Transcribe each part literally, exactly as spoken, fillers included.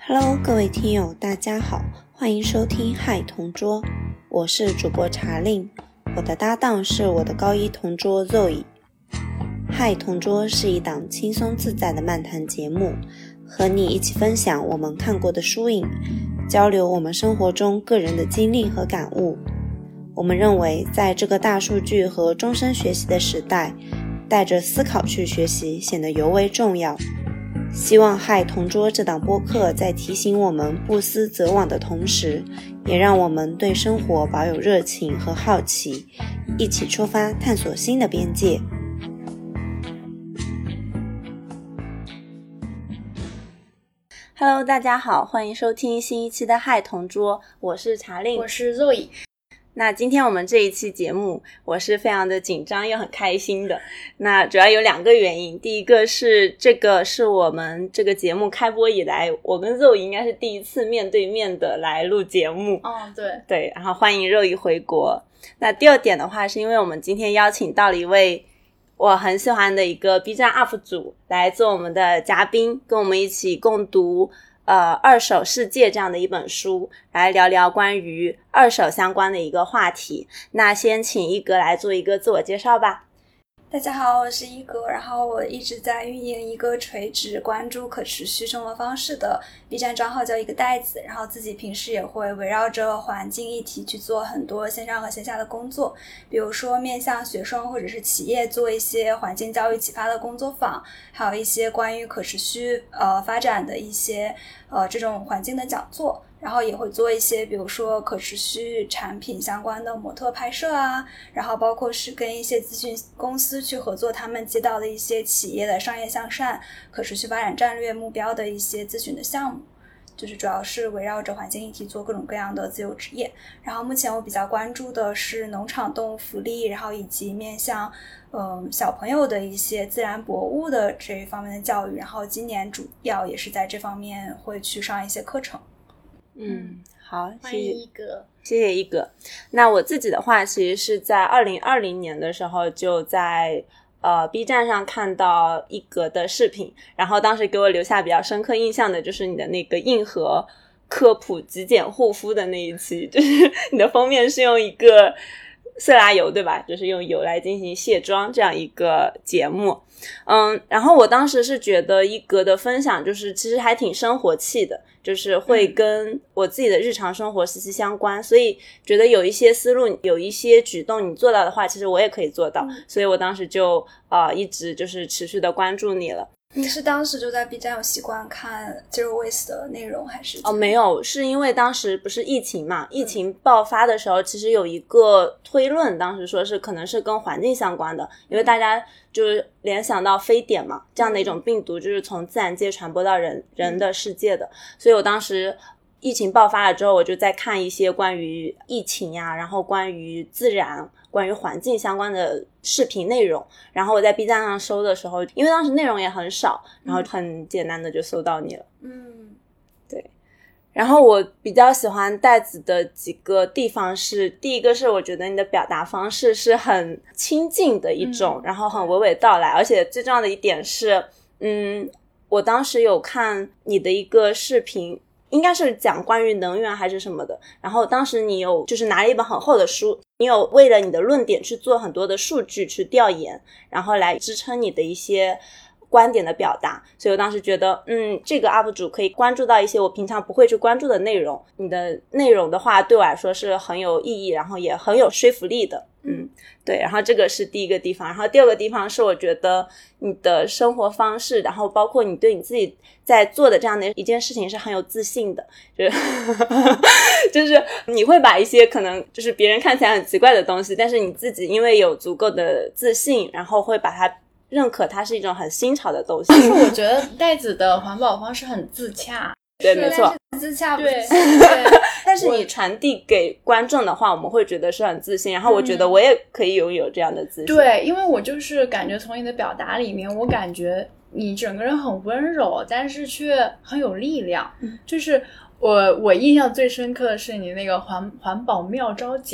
Hello， 各位听友，大家好，欢迎收听嗨同桌，我是主播茶令，我的搭档是我的高一同桌 Zoe。嗨同桌是一档轻松自在的漫谈节目，和你一起分享我们看过的书影，交流我们生活中个人的经历和感悟。我们认为，在这个大数据和终身学习的时代，带着思考去学习显得尤为重要。希望嗨同桌这档播客在提醒我们不思则罔的同时，也让我们对生活保有热情和好奇，一起出发探索新的边界。Hello， 大家好，欢迎收听新一期的嗨同桌，我是茶令， 我是 Zoe。 那今天我们这一期节目，我是非常的紧张又很开心的。那主要有两个原因，第一个是这个是我们这个节目开播以来，我跟肉应该是第一次面对面的来录节目。 哦，对对，然后欢迎肉姨回国。那第二点的话，是因为我们今天邀请到了一位我很喜欢的一个 B 站 U P 主来做我们的嘉宾，跟我们一起共读呃，二手世界这样的一本书，来聊聊关于二手相关的一个话题。那先请一格来做一个自我介绍吧。 大家好，我是一格，然后我一直在运营一个垂直关注可持续生活方式的 B 站账号，叫一个袋子，然后自己平时也会围绕着环境议题去做很多线上和线下的工作，比如说面向学生或者是企业做一些环境教育启发的工作坊，还有一些关于可持续呃发展的一些呃这种环境的讲座，然后也会做一些比如说可持续产品相关的模特拍摄啊，然后包括是跟一些咨询公司去合作，他们接到的一些企业的商业向善、可持续发展战略目标的一些咨询的项目，就是主要是围绕着环境议题做各种各样的自由职业。然后目前我比较关注的是农场动物福利，然后以及面向嗯小朋友的一些自然博物的这一方面的教育，然后今年主要也是在这方面会去上一些课程。 嗯，好， 欢迎一格， 谢谢一格。那我自己的话，其实是在二零二零年的时候就在呃 B 站上看到一格的视频，然后当时给我留下比较深刻印象的就是你的那个硬核科普极简护肤的那一期，就是你的封面是用一个色拉油，对吧？就是用油来进行卸妆这样一个节目。嗯，然后我当时是觉得一格的分享就是其实还挺生活气的，就是会跟我自己的日常生活息息相关，所以觉得有一些思路有一些举动你做到的话，其实我也可以做到，嗯、所以我当时就呃一直就是持续的关注你了。 你是当时就在 B 站有习惯看 Zero Waste 的内容还是？ 哦，没有，是因为当时不是疫情嘛，疫情爆发的时候，其实有一个推论，当时说是可能是跟环境相关的，因为大家就是联想到非典嘛，这样的一种病毒就是从自然界传播到人人的世界的，所以我当时疫情爆发了之后，我就在看一些关于疫情呀，然后关于自然关于环境相关的视频内容，然后我在 B 站上搜的时候，因为当时内容也很少，然后很简单的就搜到你了。 嗯， 对。然后我比较喜欢袋子的几个地方是，第一个是我觉得你的表达方式是很亲近的一种，嗯、然后很娓娓道来，而且最重要的一点是，嗯，我当时有看你的一个视频，应该是讲关于能源还是什么的，然后当时你有就是拿了一本很厚的书，你有为了你的论点去做很多的数据去调研，然后来支撑你的一些观点的表达，所以我当时觉得嗯，这个 U P 主可以关注到一些我平常不会去关注的内容，你的内容的话对我来说是很有意义，然后也很有说服力的。嗯，对，然后这个是第一个地方，然后第二个地方是我觉得你的生活方式，然后包括你对你自己在做的这样的一件事情是很有自信的，就是就是你会把一些可能就是别人看起来很奇怪的东西，但是你自己因为有足够的自信，然后会把它认可它是一种很新潮的东西。 但是我觉得袋子的环保方式很自洽。 对，没错， 自洽不是对对但是你传递给观众的话，我们会觉得是很自信，然后我觉得我也可以拥有这样的自信。 对，因为我就是感觉从你的表达里面，我感觉你整个人很温柔，但是却很有力量。嗯、就是我我印象最深刻的是你那个环环保妙招节的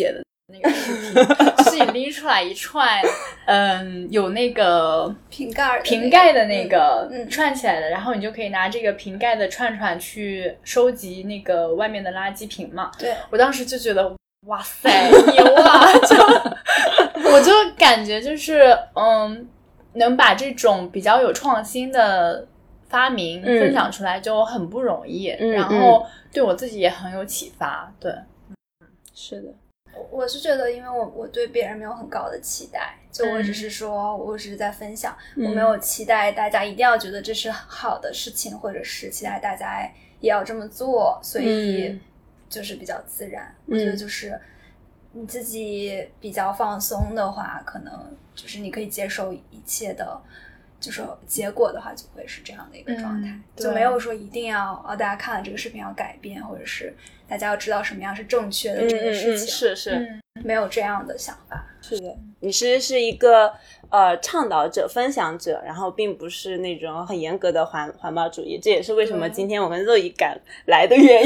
那个视频，就是你拎出来一串，嗯，有那个瓶盖、那个、 瓶盖的那个嗯串起来的、嗯，然后你就可以拿这个瓶盖的串串去收集那个外面的垃圾瓶嘛。 对， 我当时就觉得哇塞牛啊，就我就感觉就是嗯，能把这种比较有创新的发明分享出来就很不容易、嗯、然后对我自己也很有启发。对， 是的， 我是觉得因为我我对别人没有很高的期待，就我只是说、嗯、我只是在分享、嗯、我没有期待大家一定要觉得这是好的事情，或者是期待大家也要这么做，所以就是比较自然、嗯、我觉得就是你自己比较放松的话，可能就是你可以接受一切的就是结果的话就会是这样的一个状态、嗯、就没有说一定要哦，大家看了这个视频要改变，或者是大家要知道什么样是正确的这件事情、 嗯嗯、是是、 嗯、没有这样的想法。 是的，你是是一个呃倡导者分享者，然后并不是那种很严格的环环保主义，这也是为什么今天我跟肉姨赶来的原因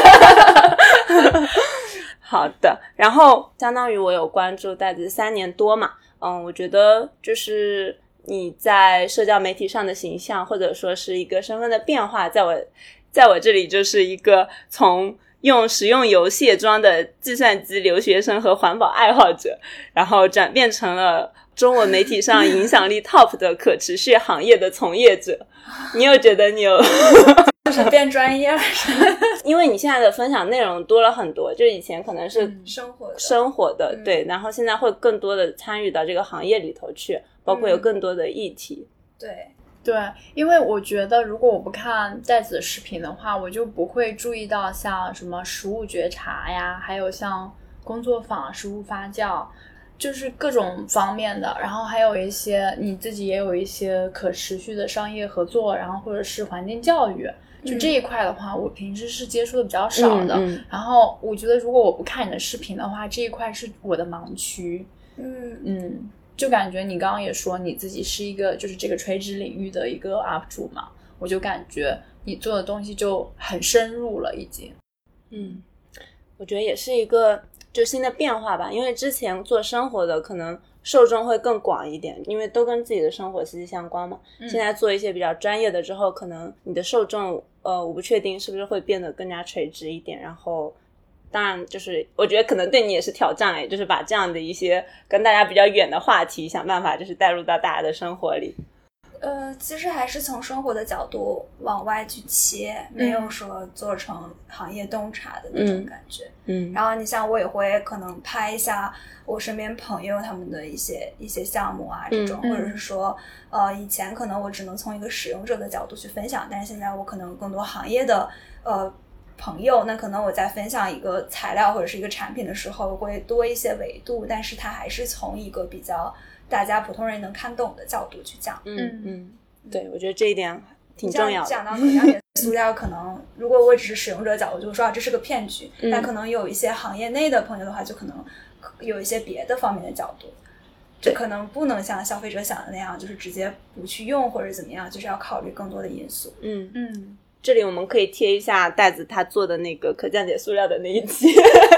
好的，然后相当于我有关注袋子三年多嘛，嗯，我觉得就是你在社交媒体上的形象，或者说是一个身份的变化，在我在我这里就是一个从用实用油卸妆的计算机留学生和环保爱好者，然后转变成了中文媒体上影响力 top 的可持续行业的从业者。你有觉得你有就是变专业了因为你现在的分享内容多了很多，就以前可能是生活的生活的、 嗯、 对，然后现在会更多的参与到这个行业里头去，包括有更多的议题、 嗯、对对，因为我觉得如果我不看袋子的视频的话，我就不会注意到像什么食物觉察呀，还有像工作坊、食物发酵，就是各种方面的，然后还有一些你自己也有一些可持续的商业合作，然后或者是环境教育，就这一块的话、嗯、我平时是接触的比较少的、 嗯嗯、 然后我觉得如果我不看你的视频的话，这一块是我的盲区。 嗯嗯，就感觉你刚刚也说你自己是一个就是这个垂直领域的一个 U P 主嘛，我就感觉你做的东西就很深入了已经。 嗯，我觉得也是一个就新的变化吧，因为之前做生活的可能受众会更广一点，因为都跟自己的生活息息相关嘛、嗯、现在做一些比较专业的之后，可能你的受众呃，我不确定是不是会变得更加垂直一点，然后当然就是我觉得可能对你也是挑战，就是把这样的一些跟大家比较远的话题想办法就是带入到大家的生活里。 呃，其实还是从生活的角度往外去切、嗯、没有说做成行业洞察的那种感觉。 嗯， 然后你像我也会可能拍一下我身边朋友他们的一些一些项目啊这种、 嗯、 或者是说呃，以前可能我只能从一个使用者的角度去分享，但是现在我可能更多行业的呃朋友，那可能我在分享一个材料或者是一个产品的时候会多一些维度，但是它还是从一个比较大家普通人能看懂的角度去讲。 嗯嗯，对，我觉得这一点挺重要的。 讲到可降解塑料，可能如果我只是使用者角度，就会说啊这是个骗局、嗯、但可能有一些行业内的朋友的话，就可能有一些别的方面的角度，就可能不能像消费者想的那样，就是直接不去用或者怎么样，就是要考虑更多的因素。 嗯嗯， 这里我们可以贴一下袋子他做的那个可降解塑料的那一期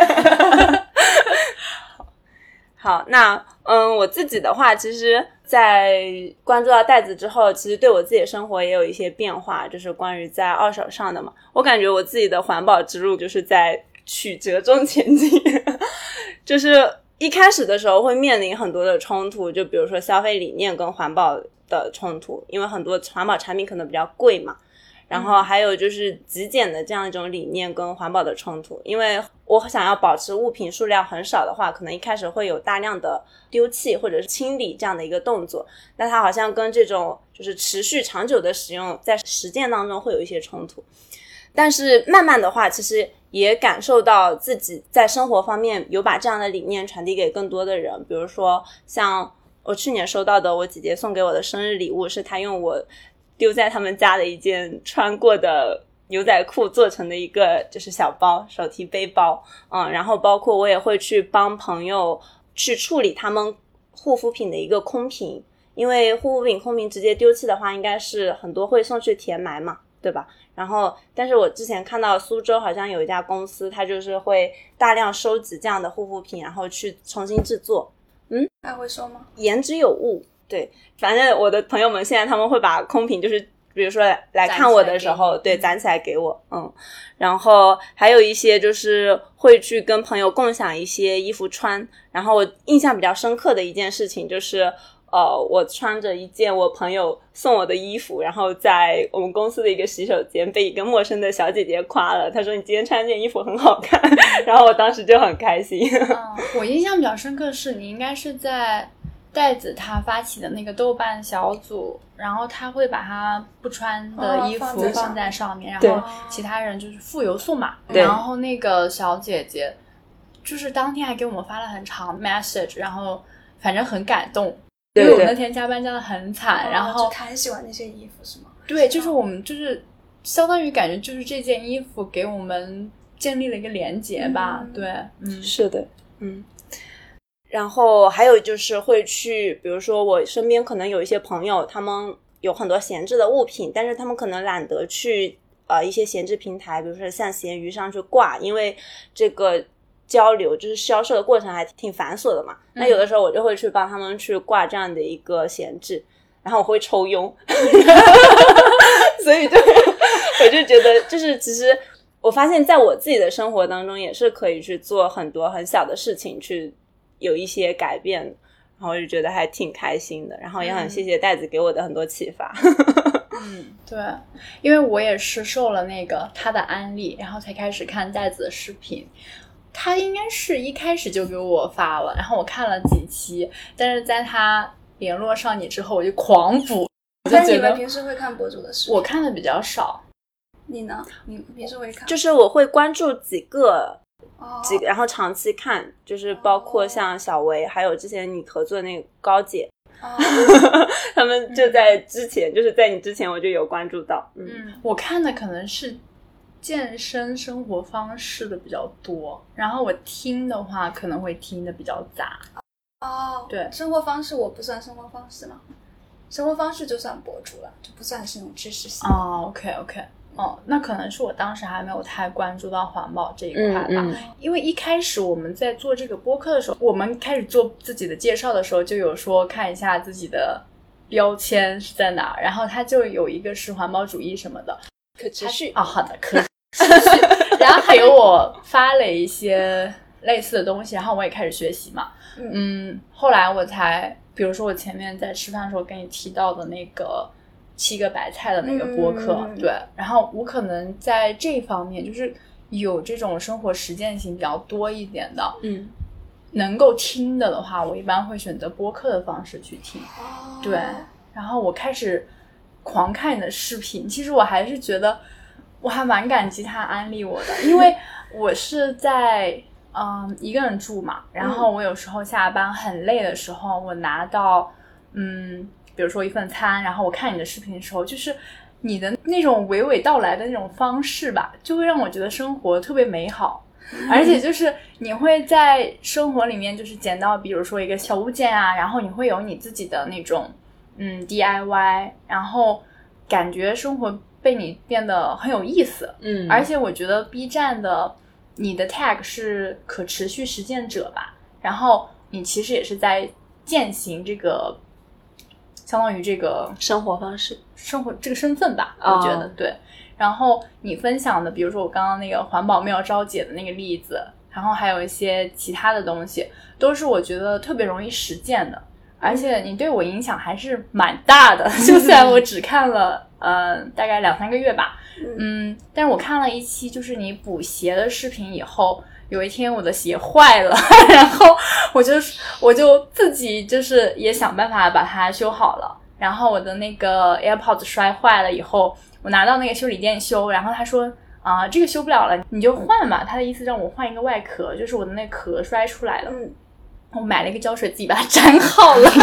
好，那嗯，我自己的话，其实在关注到袋子之后，其实对我自己的生活也有一些变化，就是关于在二手上的嘛。我感觉我自己的环保之路就是在曲折中前进就是一开始的时候会面临很多的冲突，就比如说消费理念跟环保的冲突，因为很多环保产品可能比较贵嘛。然后还有就是极简的这样一种理念跟环保的冲突，因为我想要保持物品数量很少的话，可能一开始会有大量的丢弃或者是清理这样的一个动作，但它好像跟这种就是持续长久的使用在实践当中会有一些冲突。但是慢慢的话，其实也感受到自己在生活方面有把这样的理念传递给更多的人，比如说像我去年收到的我姐姐送给我的生日礼物，是她用我丢在他们家的一件穿过的牛仔裤做成的一个就是小包，手提背包。嗯，然后包括我也会去帮朋友去处理他们护肤品的一个空瓶，因为护肤品空瓶直接丢弃的话应该是很多会送去填埋嘛，对吧？ 然后但是我之前看到苏州好像有一家公司，它就是会大量收集这样的护肤品，然后去重新制作。嗯， 还会说吗？ 言之有物。对，反正我的朋友们现在他们会把空瓶就是比如说来看我的时候，对，攒起来给我。嗯，然后还有一些就是会去跟朋友共享一些衣服穿。然后我印象比较深刻的一件事情就是呃，我穿着一件我朋友送我的衣服，然后在我们公司的一个洗手间被一个陌生的小姐姐夸了，她说你今天穿这件衣服很好看，然后我当时就很开心。 嗯，我印象比较深刻的是你应该是在袋子他发起的那个豆瓣小组，然后他会把他不穿的衣服放在上面，然后其他人就是附邮送嘛。然后那个小姐姐就是当天还给我们发了很长 message， 然后反正很感动，因为我那天加班加的很惨。然后他很喜欢那些衣服是吗？ 对，就是我们就是相当于感觉就是这件衣服给我们建立了一个连结吧。嗯、对，嗯， 是的，嗯。然后还有就是会去比如说我身边可能有一些朋友，他们有很多闲置的物品，但是他们可能懒得去呃一些闲置平台，比如说像闲鱼上去挂，因为这个交流就是销售的过程还挺繁琐的嘛。那有的时候我就会去帮他们去挂这样的一个闲置，然后我会抽佣所以就我就觉得就是其实我发现在我自己的生活当中也是可以去做很多很小的事情去有一些改变，然后就觉得还挺开心的，然后也很谢谢袋子给我的很多启发。 嗯，对，因为我也是受了那个他的安利，然后才开始看袋子的视频。他应该是一开始就给我发了，然后我看了几期，但是在他联络上你之后我就狂补。 但你们平时会看博主的视频？ 我看的比较少。 你呢？你平时会看？ 就是我会关注几个几个，然后长期看，就是包括像小维，还有之前你合作的那个高姐，哦、他们就在之前、嗯，就是在你之前我就有关注到。嗯， 嗯我看的可能是健身生活方式的比较多，然后我听的话可能会听的比较杂。 哦， 对， 生活方式我不算生活方式吗？生活方式就算博主了，就不算是那种知识性。 哦 ，OK OK。哦，那可能是我当时还没有太关注到环保这一块吧、嗯嗯、因为一开始我们在做这个播客的时候，我们开始做自己的介绍的时候就有说看一下自己的标签是在哪，然后它就有一个是环保主义什么的， 可持续哦，好的，可持续然后还有我发了一些类似的东西，然后我也开始学习嘛。 嗯, 嗯后来我才比如说我前面在吃饭的时候跟你提到的那个七个白菜的那个播客、嗯、对，然后我可能在这方面就是有这种生活实践性比较多一点的， 嗯， 能够听的的话我一般会选择播客的方式去听、哦、对，然后我开始狂看你的视频，其实我还是觉得我还蛮感激他安利我的，因为我是在嗯一个人住嘛，然后我有时候下班很累的时候，我拿到嗯比如说一份餐，然后我看你的视频的时候，就是你的那种娓娓道来的那种方式吧，就会让我觉得生活特别美好、嗯、而且就是你会在生活里面就是捡到比如说一个小物件啊，然后你会有你自己的那种嗯 D I Y， 然后感觉生活被你变得很有意思。 嗯， 而且我觉得 B 站的你的 tag 是可持续实践者吧，然后你其实也是在践行这个相当于这个生活方式生活这个身份吧、oh. 我觉得对。然后你分享的比如说我刚刚那个环保妙招姐的那个例子，然后还有一些其他的东西都是我觉得特别容易实践的，而且你对我影响还是蛮大的就虽然我只看了呃大概两三个月吧，嗯，但是我看了一期就是你补鞋的视频以后，有一天我的鞋坏了然后我就我就自己就是也想办法把它修好了，然后我的那个 AirPods 摔坏了以后，我拿到那个修理店修，然后他说啊、呃、这个修不了了你就换嘛，他的意思让我换一个外壳，就是我的那个壳摔出来了， 嗯， 我买了一个胶水自己把它粘好了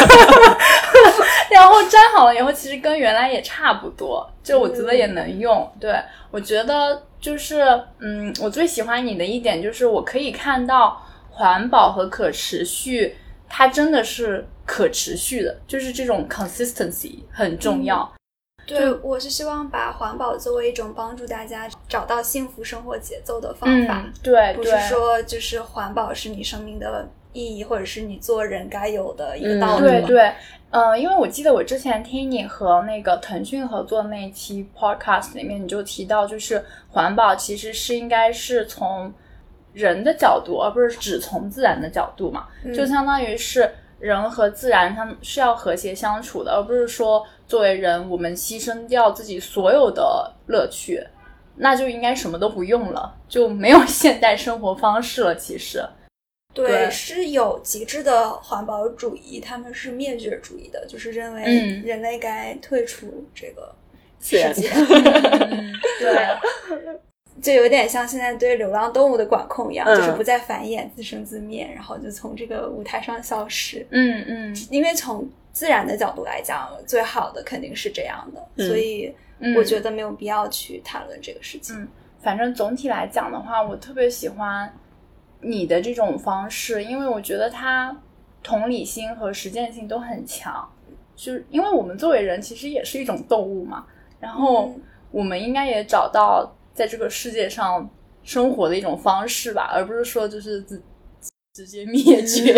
然后粘好了以后其实跟原来也差不多，就我觉得也能用、嗯、对，我觉得就是嗯，我最喜欢你的一点就是我可以看到环保和可持续它真的是可持续的，就是这种 consistency 很重要、嗯、 对，我是希望把环保作为一种帮助大家找到幸福生活节奏的方法， 嗯、对， 不是说就是环保是你生命的意义，或者是你做人该有的一个道理、 嗯、对对，嗯、呃，因为我记得我之前听你和那个腾讯合作那一期 podcast 里面，你就提到，就是环保其实是应该是从人的角度，而不是只从自然的角度嘛， 嗯、 就相当于是人和自然它们是要和谐相处的，而不是说作为人我们牺牲掉自己所有的乐趣，那就应该什么都不用了，就没有现代生活方式了。其实对， 对是有极致的环保主义，他们是灭绝主义的，就是认为人类该退出这个世界、 嗯、对就有点像现在对流浪动物的管控一样、 嗯、 就是不再繁衍，自生自灭，然后就从这个舞台上消失。 嗯嗯， 因为从自然的角度来讲，最好的肯定是这样的、嗯、所以我觉得没有必要去谈论这个事情。 嗯，反正总体来讲的话，我特别喜欢你的这种方式，因为我觉得它同理心和实践性都很强，就是因为我们作为人其实也是一种动物嘛，然后我们应该也找到在这个世界上生活的一种方式吧，而不是说就是直直接灭绝。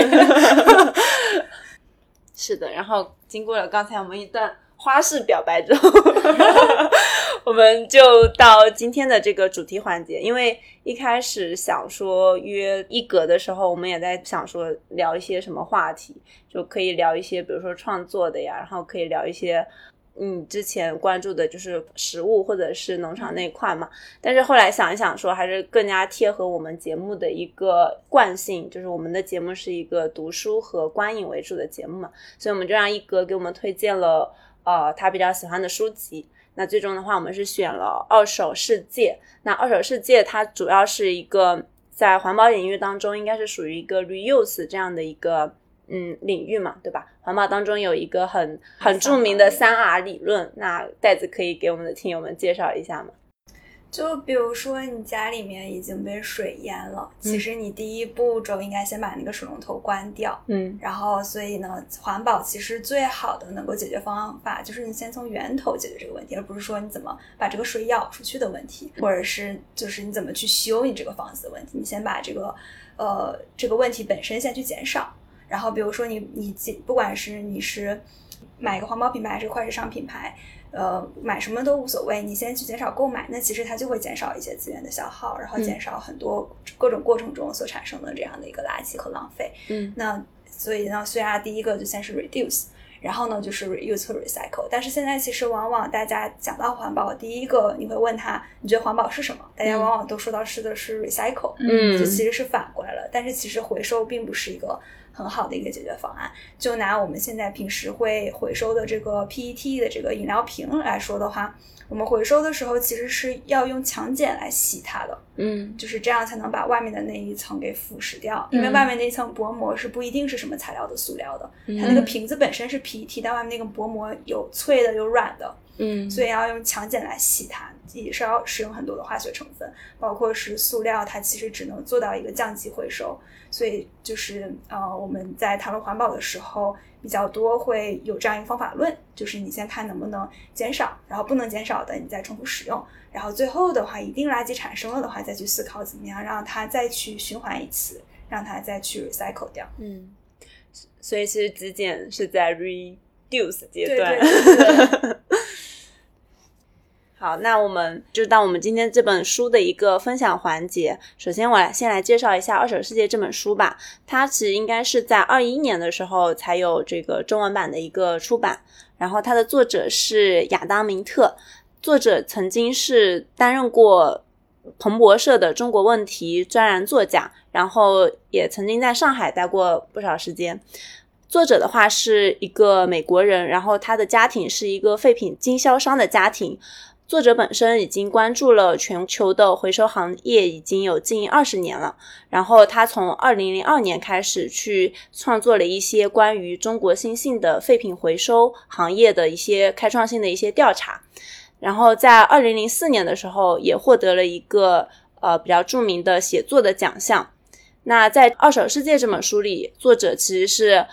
是的，然后经过了刚才我们一段花式表白之后我们就到今天的这个主题环节。因为一开始想说约一格的时候，我们也在想说聊一些什么话题，就可以聊一些比如说创作的呀，然后可以聊一些嗯，之前关注的就是食物或者是农场那一块嘛，但是后来想一想说还是更加贴合我们节目的一个惯性，就是我们的节目是一个读书和观影为主的节目嘛，所以我们就让一哥给我们推荐了呃他比较喜欢的书籍。那最终的话我们是选了二手世界。那二手世界它主要是一个在环保领域当中应该是属于一个 reuse 这样的一个嗯，领域嘛，对吧？环保当中有一个很很著名的三 R 理论，那袋子可以给我们的听友们介绍一下吗？ 就比如说你家里面已经被水淹了、嗯、其实你第一步骤应该先把那个水龙头关掉， 嗯， 然后所以呢环保其实最好的能够解决方法就是你先从源头解决这个问题，而不是说你怎么把这个水舀出去的问题，或者是就是你怎么去修你这个房子的问题，你先把这个呃这个问题本身先去减少。然后比如说你你不管是你是买一个环保品牌还是快时尚品牌，呃，买什么都无所谓，你先去减少购买，那其实它就会减少一些资源的消耗，然后减少很多各种过程中所产生的这样的一个垃圾和浪费。嗯，那所以呢，虽然第一个就先是 reduce， 然后呢就是 reuse 和 recycle， 但是现在其实往往大家讲到环保，第一个你会问他你觉得环保是什么，大家往往都说到是的是 recycle， 嗯，就其实是反过来了，但是其实回收并不是一个很好的一个解决方案。就拿我们现在平时会回收的这个 P E T 的这个饮料瓶来说的话，我们回收的时候其实是要用强碱来洗它的，嗯，就是这样才能把外面的那一层给腐蚀掉，因为外面那一层薄膜是不一定是什么材料的塑料的，它那个瓶子本身是 P E T， 但外面那个薄膜有脆的有软的，嗯，所以要用强碱来洗它，也是要使用很多的化学成分，包括是塑料，它其实只能做到一个降级回收，所以就是呃我们在谈论环保的时候比较多会有这样一个方法论，就是你先看能不能减少，然后不能减少的你再重复使用，然后最后的话一定垃圾产生了的话再去思考怎么样让它再去循环一次，让它再去 recycle 掉。 嗯，所以其实极简是在 reduce 阶段。 对对对对好，那我们就到我们今天这本书的一个分享环节。首先我来先来介绍一下《二手世界》这本书吧。它其实应该是在二一年的时候才有这个中文版的一个出版，然后它的作者是亚当明特，作者曾经是担任过彭博社的中国问题专栏作家，然后也曾经在上海待过不少时间。作者的话是一个美国人，然后他的家庭是一个废品经销商的家庭。作者本身已经关注了全球的回收行业已经有近二十年了，然后他从二零零二年开始去创作了一些关于中国新兴的废品回收行业的一些开创性的一些调查，然后在二零零四年的时候也获得了一个呃比较著名的写作的奖项。那在《二手世界》这本书里，作者其实是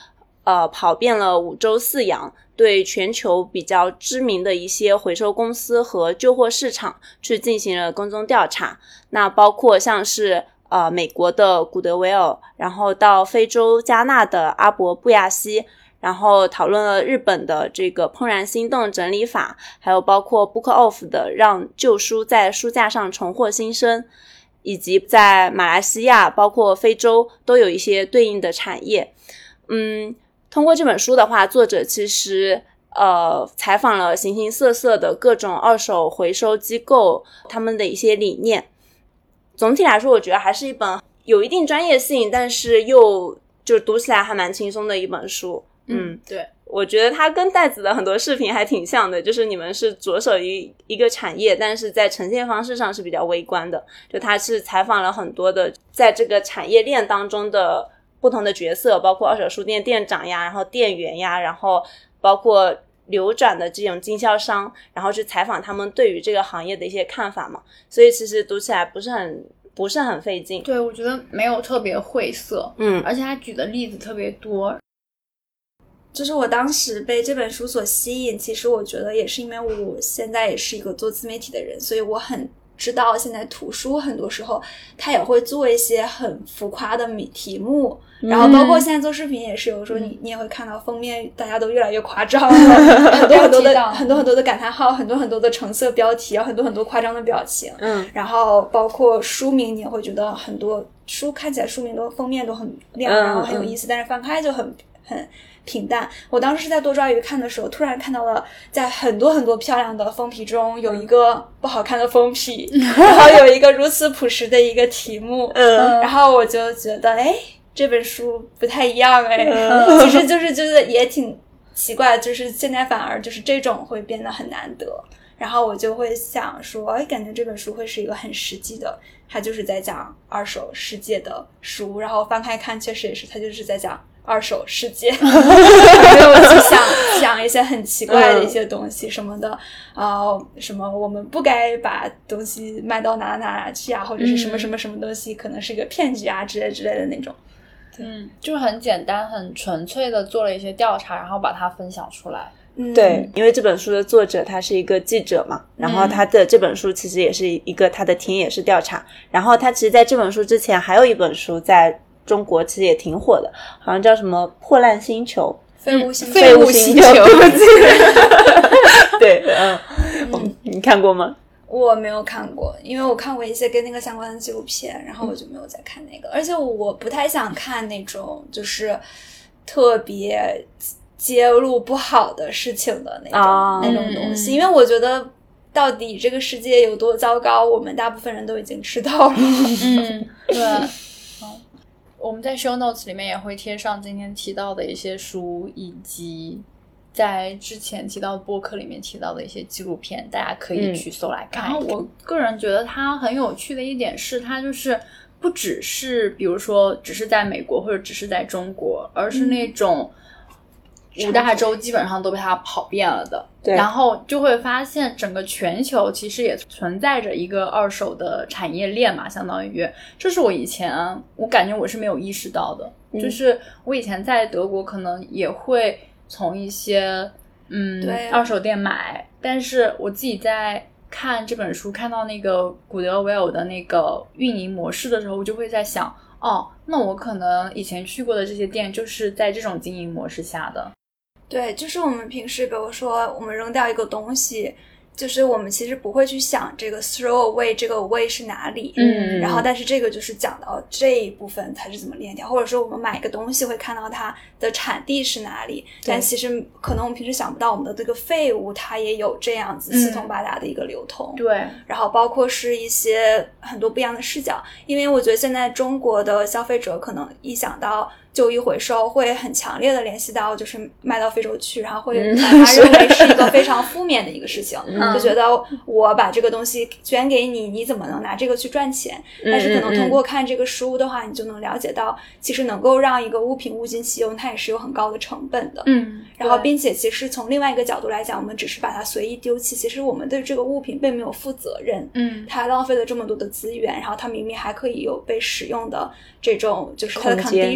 呃跑遍了五洲四洋，对全球比较知名的一些回收公司和旧货市场去进行了跟踪调查。那包括像是呃美国的古德维尔，然后到非洲加纳的阿伯布亚西，然后讨论了日本的这个怦然心动整理法，还有包括 Book Off 的让旧书在书架上重获新生，以及在马来西亚包括非洲都有一些对应的产业。嗯，通过这本书的话，作者其实呃采访了形形色色的各种二手回收机构，他们的一些理念。总体来说我觉得还是一本有一定专业性，但是又就读起来还蛮轻松的一本书。嗯， 对， 我觉得它跟戴子的很多视频还挺像的，就是你们是着手于一个产业，但是在呈现方式上是比较微观的。就它是采访了很多的在这个产业链当中的不同的角色，包括二手书店店长呀，然后店员呀，然后包括流转的这种经销商，然后去采访他们对于这个行业的一些看法嘛。所以其实读起来不是很不是很费劲。 对，我觉得没有特别晦涩， 嗯， 而且他举的例子特别多。 就是我当时被这本书所吸引，其实我觉得也是因为我现在也是一个做自媒体的人，所以我很知道现在图书很多时候他也会做一些很浮夸的题目，然后包括现在做视频也是有时候你你也会看到封面大家都越来越夸张，很多很多的很多很多的感叹号，很多很多的橙色标题，然后很多很多夸张的表情， 嗯， 然后包括书名你也会觉得很多书看起来书名都封面都很亮，然后很有意思，但是翻开就很很平淡。我当时是在多抓鱼看的时候，突然看到了在很多很多漂亮的封皮中有一个不好看的封皮，然后有一个如此朴实的一个题目， 嗯， 然后我就觉得哎，这本书不太一样哎，其实就是就是也挺奇怪，就是现在反而就是这种会变得很难得。然后我就会想说，哎，感觉这本书会是一个很实际的，它就是在讲二手世界的书，然后翻开看确实也是，它就是在讲二手世界，没有去想想一些很奇怪的一些东西什么的，啊、呃，什么我们不该把东西卖到哪哪去啊，或者是什么什么什么东西可能是一个骗局啊之类之类的那种。 嗯，就很简单很纯粹的做了一些调查，然后把它分享出来。 嗯， 对，因为这本书的作者他是一个记者嘛，然后他的这本书其实也是一个他的田野式调查，然后他其实在这本书之前还有一本书在中国其实也挺火的，好像叫什么破烂星球废物星球， 废物星球， 对不起对，嗯，嗯你看过吗？ 我没有看过，因为我看过一些跟那个相关的纪录片，然后我就没有再看那个，而且我不太想看那种就是特别揭露不好的事情的那种、哦、那种东西，因为我觉得到底这个世界有多糟糕，我们大部分人都已经知道了。 嗯，对。嗯，我们在 show notes 里面也会贴上今天提到的一些书，以及在之前提到的播客里面提到的一些纪录片，大家可以去搜来看。嗯、然后我个人觉得它很有趣的一点是，它就是不只是比如说只是在美国或者只是在中国，而是那种五大洲基本上都被它跑遍了的。 对， 然后就会发现整个全球其实也存在着一个二手的产业链嘛，相当于这是我以前我感觉我是没有意识到的、嗯、就是我以前在德国可能也会从一些嗯对二手店买，但是我自己在看这本书看到那个古德维尔的那个运营模式的时候，我就会在想，哦，那我可能以前去过的这些店就是在这种经营模式下的。 对，就是我们平时比如说我们扔掉一个东西，就是我们其实不会去想这个 throw away 这个 away 是哪里， 嗯， 然后但是这个就是讲到这一部分它是怎么链掉，或者说我们买一个东西会看到它的产地是哪里，但其实可能我们平时想不到我们的这个废物它也有这样子四通八达的一个流通、 嗯、对， 然后包括是一些很多不一样的视角，因为我觉得现在中国的消费者可能一想到旧衣回收会很强烈的联系到就是卖到非洲去，然后会把它认为是一个非常负面的一个事情、嗯、就觉得我把这个东西捐给你，你怎么能拿这个去赚钱、嗯、但是可能通过看这个书的话、嗯、你就能了解到其实能够让一个物品物尽其用它也是有很高的成本的， 嗯， 然后并且其实从另外一个角度来讲，我们只是把它随意丢弃，其实我们对这个物品并没有负责任， 嗯， 它浪费了这么多的资源，然后它明明还可以有被使用的这种就是它的 condition、嗯、对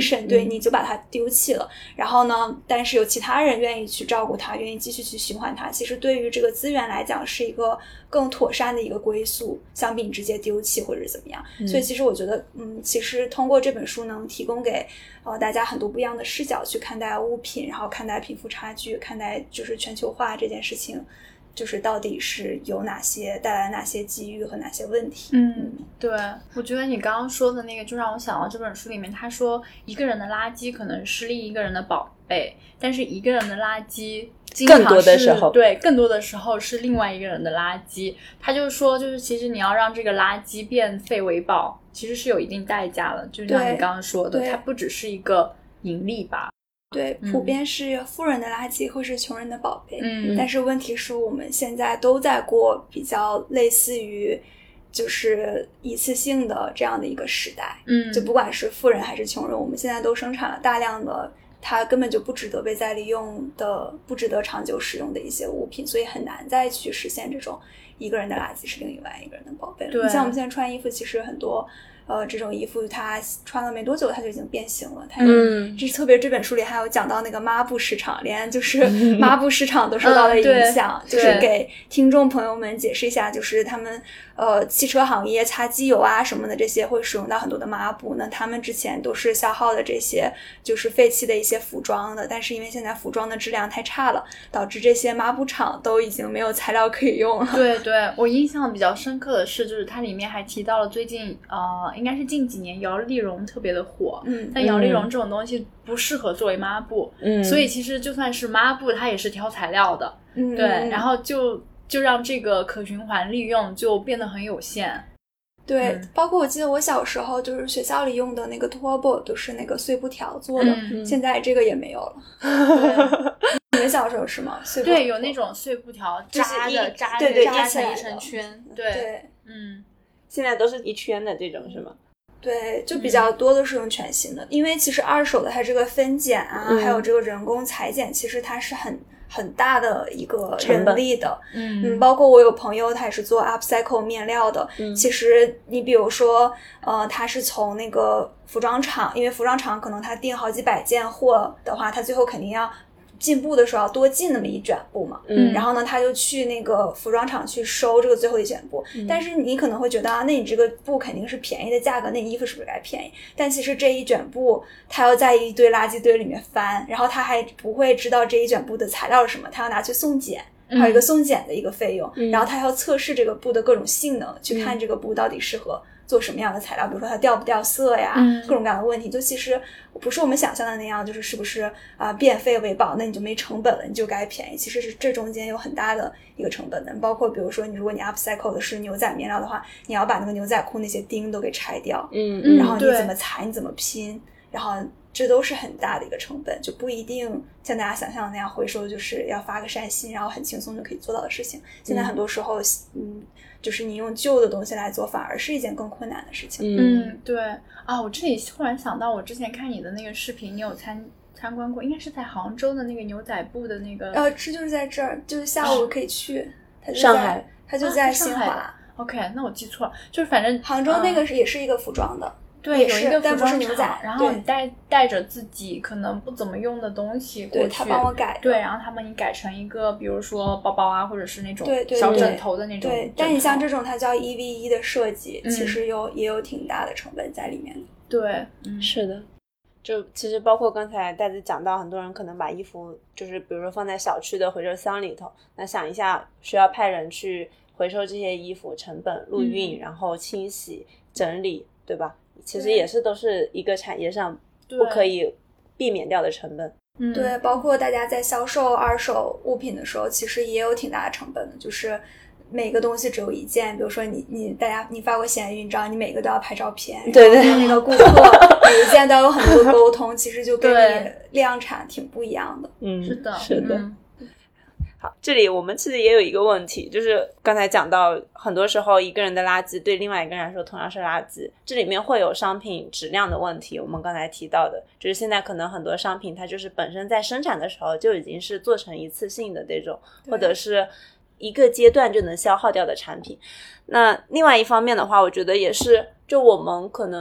你就把它丢弃了，然后呢但是有其他人愿意去照顾它，愿意继续去循环它，其实对于这个资源来讲是一个更妥善的一个归宿，相比你直接丢弃或者怎么样、嗯、所以其实我觉得嗯，其实通过这本书能提供给呃大家很多不一样的视角去看待物品，然后看待贫富差距，看待就是全球化这件事情，就是到底是有哪些带来哪些机遇和哪些问题。 嗯，对，我觉得你刚刚说的那个就让我想到这本书里面他说一个人的垃圾可能是另一个人的宝贝，但是一个人的垃圾经常是更多的时候对更多的时候是另外一个人的垃圾。他就说就是其实你要让这个垃圾变废为宝其实是有一定代价的，就像你刚刚说的它不只是一个盈利吧。 对，普遍是富人的垃圾会是穷人的宝贝。 嗯， 但是问题是我们现在都在过比较类似于就是一次性的这样的一个时代。 嗯， 就不管是富人还是穷人，我们现在都生产了大量的它根本就不值得被再利用的不值得长久使用的一些物品，所以很难再去实现这种一个人的垃圾是另外一个人的宝贝了。 对， 你像我们现在穿衣服其实很多呃，这种衣服它穿了没多久它就已经变形了，它嗯， 这特别这本书里还有讲到那个抹布市场，连就是抹布市场都受到了影响、 嗯、 就是给听众朋友们解释一下，就是他们呃汽车行业擦机油啊什么的这些会使用到很多的抹布，那他们之前都是消耗的这些就是废弃的一些服装的，但是因为现在服装的质量太差了，导致这些抹布厂都已经没有材料可以用了。 对对，我印象比较深刻的是就是它里面还提到了最近呃应该是近几年摇粒绒特别的火， 嗯， 但摇粒绒这种东西不适合作为抹布，嗯，所以其实就算是抹布它也是挑材料的， 嗯， 对，然后就就让这个可循环利用就变得很有限。 对、 嗯、 包括我记得我小时候就是学校里用的那个拖布都是那个碎布条做的、 嗯、 现在这个也没有了。你们小时候是吗？碎布对，有那种碎布条扎的、就是、扎对对扎成一圈圈，对对， 嗯， 现在都是一圈的这种是吗？ 对，就比较多的是用全新的、嗯、因为其实二手的它这个分拣啊、嗯、还有这个人工裁剪其实它是很很大的一个人力的， 嗯嗯，包括我有朋友他也是做 upcycle 面料的、嗯、其实你比如说呃，他是从那个服装厂，因为服装厂可能他订好几百件货的话，他最后肯定要进布的时候要多进那么一卷布嘛， 嗯， 然后呢他就去那个服装厂去收这个最后一卷布、嗯、但是你可能会觉得啊，那你这个布肯定是便宜的价格，那衣服是不是该便宜？但其实这一卷布他要在一堆垃圾堆里面翻，然后他还不会知道这一卷布的材料是什么，他要拿去送检，还有一个送检的一个费用、嗯、然后他还要测试这个布的各种性能、嗯、去看这个布到底适合做什么样的材料，比如说它掉不掉色呀、嗯、各种各样的问题，就其实不是我们想象的那样，就是是不是啊、呃、变废为宝，那你就没成本了，你就该便宜，其实是这中间有很大的一个成本的，包括比如说你如果你 upcycle 的是牛仔面料的话，你要把那个牛仔裤那些钉都给拆掉， 嗯， 然后你怎么裁你怎么拼，然后这都是很大的一个成本，就不一定像大家想象的那样回收就是要发个善心然后很轻松就可以做到的事情，现在很多时候嗯就是你用旧的东西来做反而是一件更困难的事情。 嗯，对啊，我这里突然想到我之前看你的那个视频，你有参参观过应该是在杭州的那个牛仔布的那个呃，这就是在这儿，就是下午可以去、啊、它就在上海， 它就在新华、啊、 OK 那我记错了，就是反正杭州那个是、嗯、也是一个服装的， 对，有一个服装牛仔， 然后你带带着自己可能不怎么用的东西过去， 对，他帮我改， 对，然后他帮你改成一个比如说包包啊，或者是那种小枕头的那种， 对，对对，但你像这种它叫一 v 一的设计、 嗯、 其实有也有挺大的成本在里面的。 对、 嗯、是的，就其实包括刚才戴子讲到很多人可能把衣服就是比如说放在小区的回收箱里头，那想一下需要派人去回收这些衣服，成本陆运、嗯、然后清洗整理，对吧？其实也是都是一个产业上不可以避免掉的成本。 嗯，对，包括大家在销售二手物品的时候其实也有挺大的成本的，就是每个东西只有一件，比如说你你大家你发过闲鱼，你知道你每个都要拍照片， 对对， 那个顾客每一件都有很多沟通其实就跟你量产挺不一样的。 嗯，是的是的、 嗯好，这里我们其实也有一个问题，就是刚才讲到很多时候一个人的垃圾对另外一个人来说同样是垃圾，这里面会有商品质量的问题，我们刚才提到的就是现在可能很多商品它就是本身在生产的时候就已经是做成一次性的这种，或者是一个阶段就能消耗掉的产品。那另外一方面的话，我觉得也是就我们可能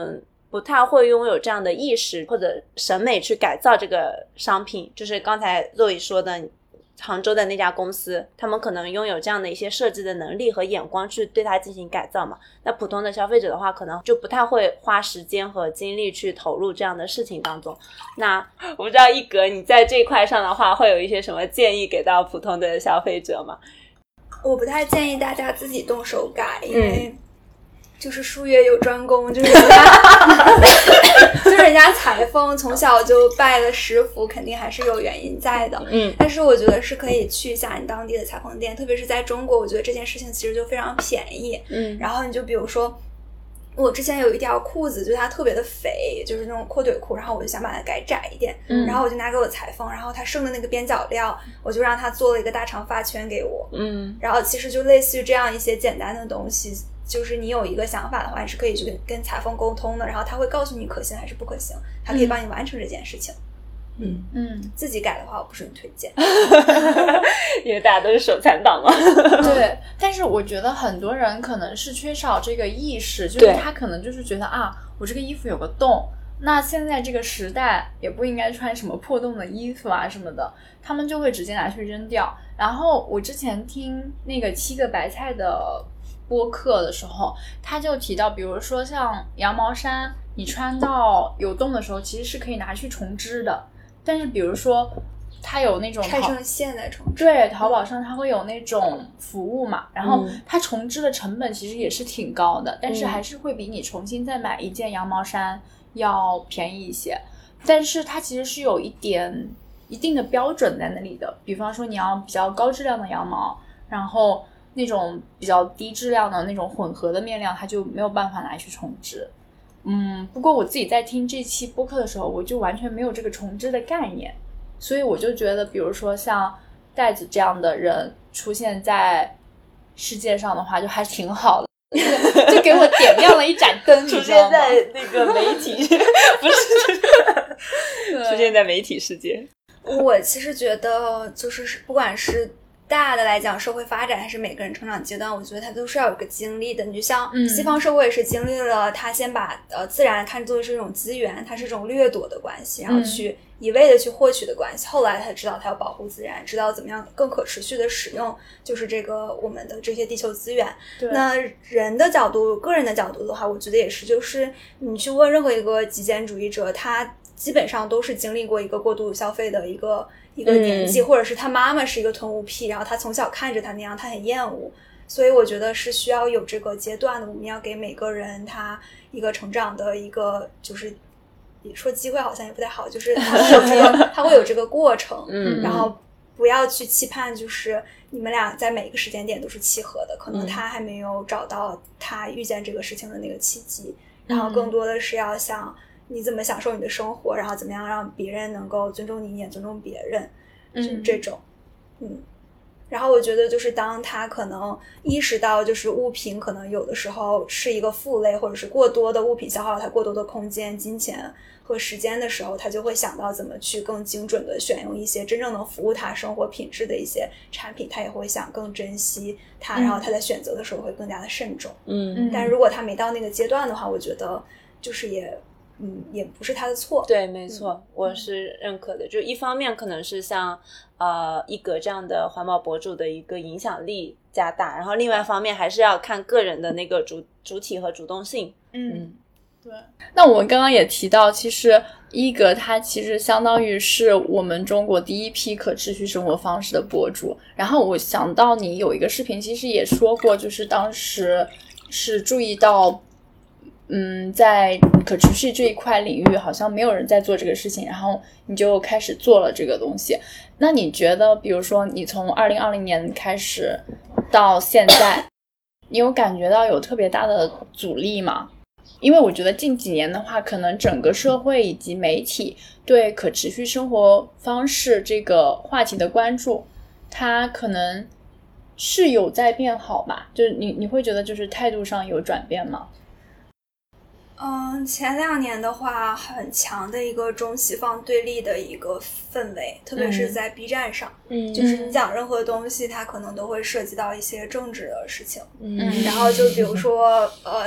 不太会拥有这样的意识或者审美去改造这个商品。就是刚才Zoe说的杭州的那家公司，他们可能拥有这样的一些设计的能力和眼光去对它进行改造嘛。那普通的消费者的话，可能就不太会花时间和精力去投入这样的事情当中。那我不知道一格你在这一块上的话，会有一些什么建议给到普通的消费者吗？ 我不太建议大家自己动手改，因为就是术业有专攻，就是人家就是人家裁缝从小就拜了师傅，肯定还是有原因在的。 嗯， 但是我觉得是可以去一下你当地的裁缝店，特别是在中国，我觉得这件事情其实就非常便宜。 嗯， 然后你就比如说我之前有一条裤子，就它特别的肥，就是那种阔腿裤，然后我就想把它改窄一点， 嗯， 然后我就拿给我裁缝，然后他剩的那个边角料，我就让他做了一个大长发圈给我。 嗯， 然后其实就类似于这样一些简单的东西，就是你有一个想法的话，你是可以去跟跟裁缝沟通的，然后他会告诉你可行还是不可行，他可以帮你完成这件事情。嗯嗯，自己改的话我不是很推荐因为大家都是手残党嘛。 对，但是我觉得很多人可能是缺少这个意识，就是他可能就是觉得啊，我这个衣服有个洞，那现在这个时代也不应该穿什么破洞的衣服啊什么的，他们就会直接拿去扔掉。然后我之前听那个七个白菜的播客的时候，他就提到比如说像羊毛衫，你穿到有洞的时候其实是可以拿去重织的，但是比如说它有那种拆成线再重织， 对，淘宝上它会有那种服务嘛，然后它重织的成本其实也是挺高的，嗯，但是还是会比你重新再买一件羊毛衫要便宜一些，但是它其实是有一点一定的标准在那里的，比方说你要比较高质量的羊毛，然后那种比较低质量的那种混合的面料它就没有办法拿去重织。嗯，不过我自己在听这期播客的时候，我就完全没有这个重织的概念，所以我就觉得比如说像袋子这样的人出现在世界上的话就还挺好的，就给我点亮了一盏灯出现在那个媒体不是出现在媒体世界。 我其实觉得就是不管是大的来讲社会发展还是每个人成长阶段，我觉得它都是要有个经历的。你就像西方社会也是经历了他先把呃自然看作是一种资源，它是一种掠夺的关系，然后去一味的去获取的关系，后来他知道他要保护自然，知道怎么样更可持续的使用就是这个我们的这些地球资源。那人的角度个人的角度的话，我觉得也是，就是你去问任何一个极简主义者，他基本上都是经历过一个过度消费的一个一个年纪，嗯，或者是他妈妈是一个囤物癖，然后他从小看着他那样他很厌恶，所以我觉得是需要有这个阶段的，我们要给每个人他一个成长的一个就是说机会好像也不太好，就是他会有这个他会有这个过程，嗯，然后不要去期盼就是你们俩在每一个时间点都是契合的，可能他还没有找到他遇见这个事情的那个契机，然后更多的是要想你怎么享受你的生活，然后怎么样让别人能够尊重你，你也尊重别人，就是这种。嗯，然后我觉得就是当他可能意识到就是物品可能有的时候是一个负累，或者是过多的物品消耗他过多的空间金钱和时间的时候，他就会想到怎么去更精准的选用一些真正能服务他生活品质的一些产品，他也会想更珍惜它，然后他在选择的时候会更加的慎重。嗯，但如果他没到那个阶段的话，我觉得就是也嗯，也不是他的错。 对，没错，嗯，我是认可的。就一方面可能是像呃一格这样的环保博主的一个影响力加大，然后另外一方面还是要看个人的那个主主体和主动性。 嗯，嗯对。那我们刚刚也提到，其实一格它其实相当于是我们中国第一批可持续生活方式的博主。然后我想到你有一个视频，其实也说过，就是当时是注意到。嗯，在可持续这一块领域好像没有人在做这个事情，然后你就开始做了这个东西。那你觉得比如说你从二零二零年开始到现在，你有感觉到有特别大的阻力吗？因为我觉得近几年的话，可能整个社会以及媒体对可持续生活方式这个话题的关注，它可能是有在变好吧，就是你你会觉得就是态度上有转变吗？ 嗯，前两年的话很强的一个中西方对立的一个氛围，特别是在 B 站上，嗯，就是你讲任何东西它可能都会涉及到一些政治的事情，嗯，然后就比如说呃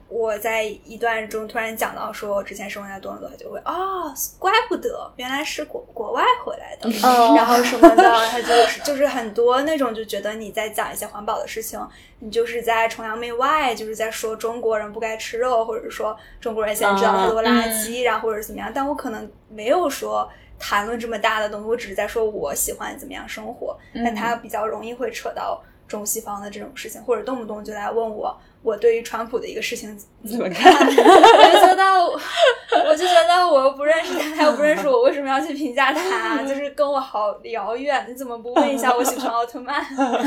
我在一段中突然讲到说我之前生活在多伦多，他就会哦，怪不得原来是国国外回来的， 哦、 然后什么的，他就是就是很多那种就觉得你在讲一些环保的事情，你就是在崇洋媚外，就是在说中国人不该吃肉，或者说中国人现在制造太多垃圾，然后、嗯、或者怎么样，但我可能没有说谈论这么大的东西，我只是在说我喜欢怎么样生活， 嗯、 但他比较容易会扯到中西方的这种事情，或者动不动就来问我我对于川普的一个事情怎么看我就觉得我就觉得我又不认识他，他又不认识我，为什么要去评价他，就是跟我好遥远，你怎么不问一下我喜欢奥特曼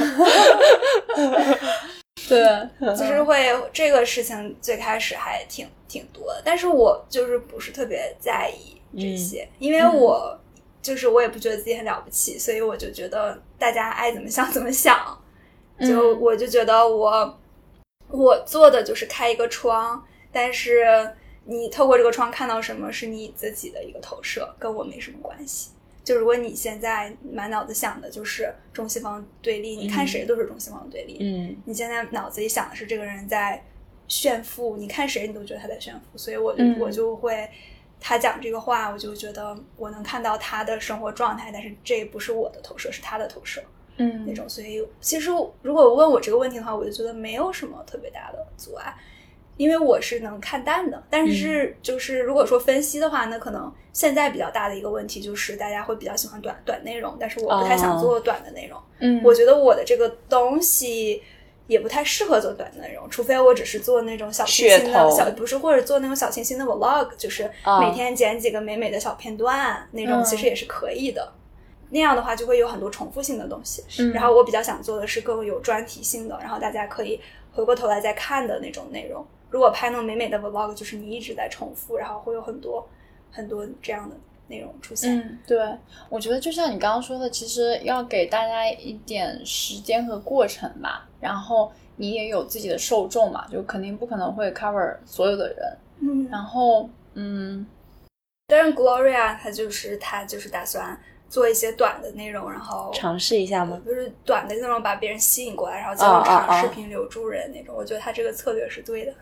对， 就是会这个事情最开始还挺挺多的，但是我就是不是特别在意这些、嗯、因为我就是我也不觉得自己很了不起，所以我就觉得大家爱怎么想怎么想，就我就觉得我我做的就是开一个窗，但是你透过这个窗看到什么是你自己的一个投射，跟我没什么关系。就如果你现在满脑子想的就是中西方对立，你看谁都是中西方对立，嗯，你现在脑子里想的是这个人在炫富，你看谁你都觉得他在炫富，所以我就、嗯、我就会他讲这个话，我就觉得我能看到他的生活状态，但是这不是我的投射，是他的投射，嗯，那种。所以其实如果问我这个问题的话，我就觉得没有什么特别大的阻碍，因为我是能看淡的。但是就是如果说分析的话，那可能现在比较大的一个问题就是大家会比较喜欢短短内容，但是我不太想做短的内容，嗯，我觉得我的这个东西也不太适合做短的内容，除非我只是做那种小清新的小，不是，或者做那种小清新的 vlog， 就是每天剪几个美美的小片段、嗯、那种其实也是可以的、嗯、那样的话就会有很多重复性的东西、嗯、然后我比较想做的是更有专题性的，然后大家可以回过头来再看的那种内容。如果拍那种美美的 vlog， 就是你一直在重复，然后会有很多很多这样的内容出现。 嗯，对，我觉得就像你刚刚说的，其实要给大家一点时间和过程吧，然后你也有自己的受众嘛，就肯定不可能会 cover 所有的人。嗯，然后嗯， 但是 Gloria 她就是她就是打算做一些短的内容，然后尝试一下吗？ 就是短的内容把别人吸引过来，然后再用长视频留住人那种、oh, oh, oh. 我觉得他这个策略是对的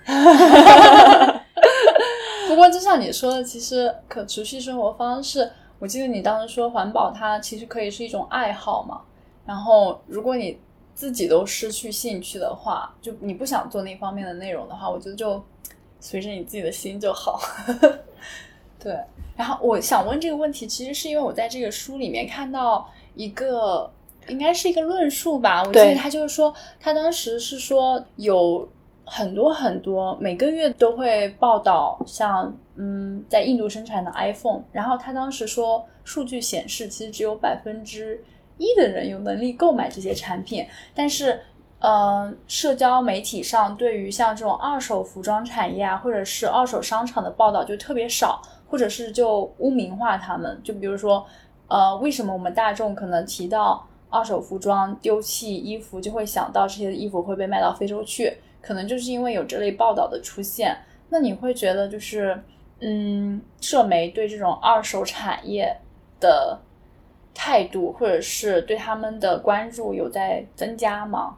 不过就像你说的，其实可持续生活方式，我记得你当时说环保它其实可以是一种爱好嘛，然后如果你自己都失去兴趣的话，就你不想做那方面的内容的话，我觉得就随着你自己的心就好对，然后我想问这个问题，其实是因为我在这个书里面看到一个应该是一个论述吧，我记得他就是说他当时是说有很多很多每个月都会报道像嗯在印度生产的 iPhone， 然后他当时说数据显示其实只有百分之一的人有能力购买这些产品，但是呃，社交媒体上对于像这种二手服装产业啊，或者是二手商场的报道就特别少，或者是就污名化他们。就比如说呃，为什么我们大众可能提到二手服装丢弃衣服就会想到这些衣服会被卖到非洲去，可能就是因为有这类报道的出现。那你会觉得就是嗯，社媒对这种二手产业的态度或者是对他们的关注有在增加吗？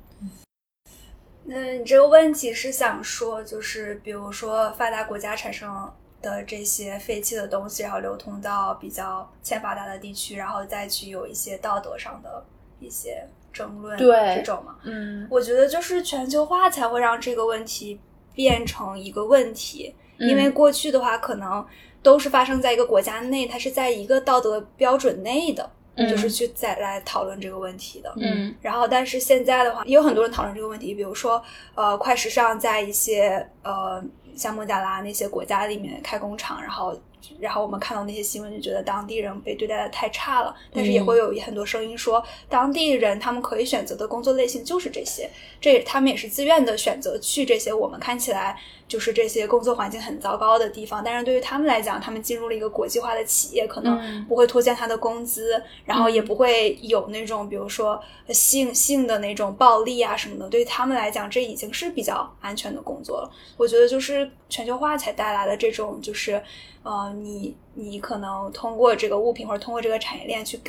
嗯，你这个问题是想说就是比如说发达国家产生的这些废弃的东西，然后流通到比较欠发达的地区，然后再去有一些道德上的一些争论这种吗？嗯，我觉得就是全球化才会让这个问题变成一个问题、嗯、因为过去的话可能都是发生在一个国家内，它是在一个道德标准内的，就是去再来讨论这个问题的。嗯，然后但是现在的话也有很多人讨论这个问题，比如说呃，快时尚在一些呃像孟加拉那些国家里面开工厂，然后然后我们看到那些新闻就觉得当地人被对待的太差了，但是也会有很多声音说、嗯、当地人他们可以选择的工作类型就是这些，这他们也是自愿的选择去这些我们看起来就是这些工作环境很糟糕的地方，但是对于他们来讲，他们进入了一个国际化的企业，可能不会拖欠他的工资、嗯、然后也不会有那种比如说性性的那种暴力啊什么的，对于他们来讲这已经是比较安全的工作了。我觉得就是全球化才带来了这种就是呃，你你可能通过这个物品或者通过这个产业链去跟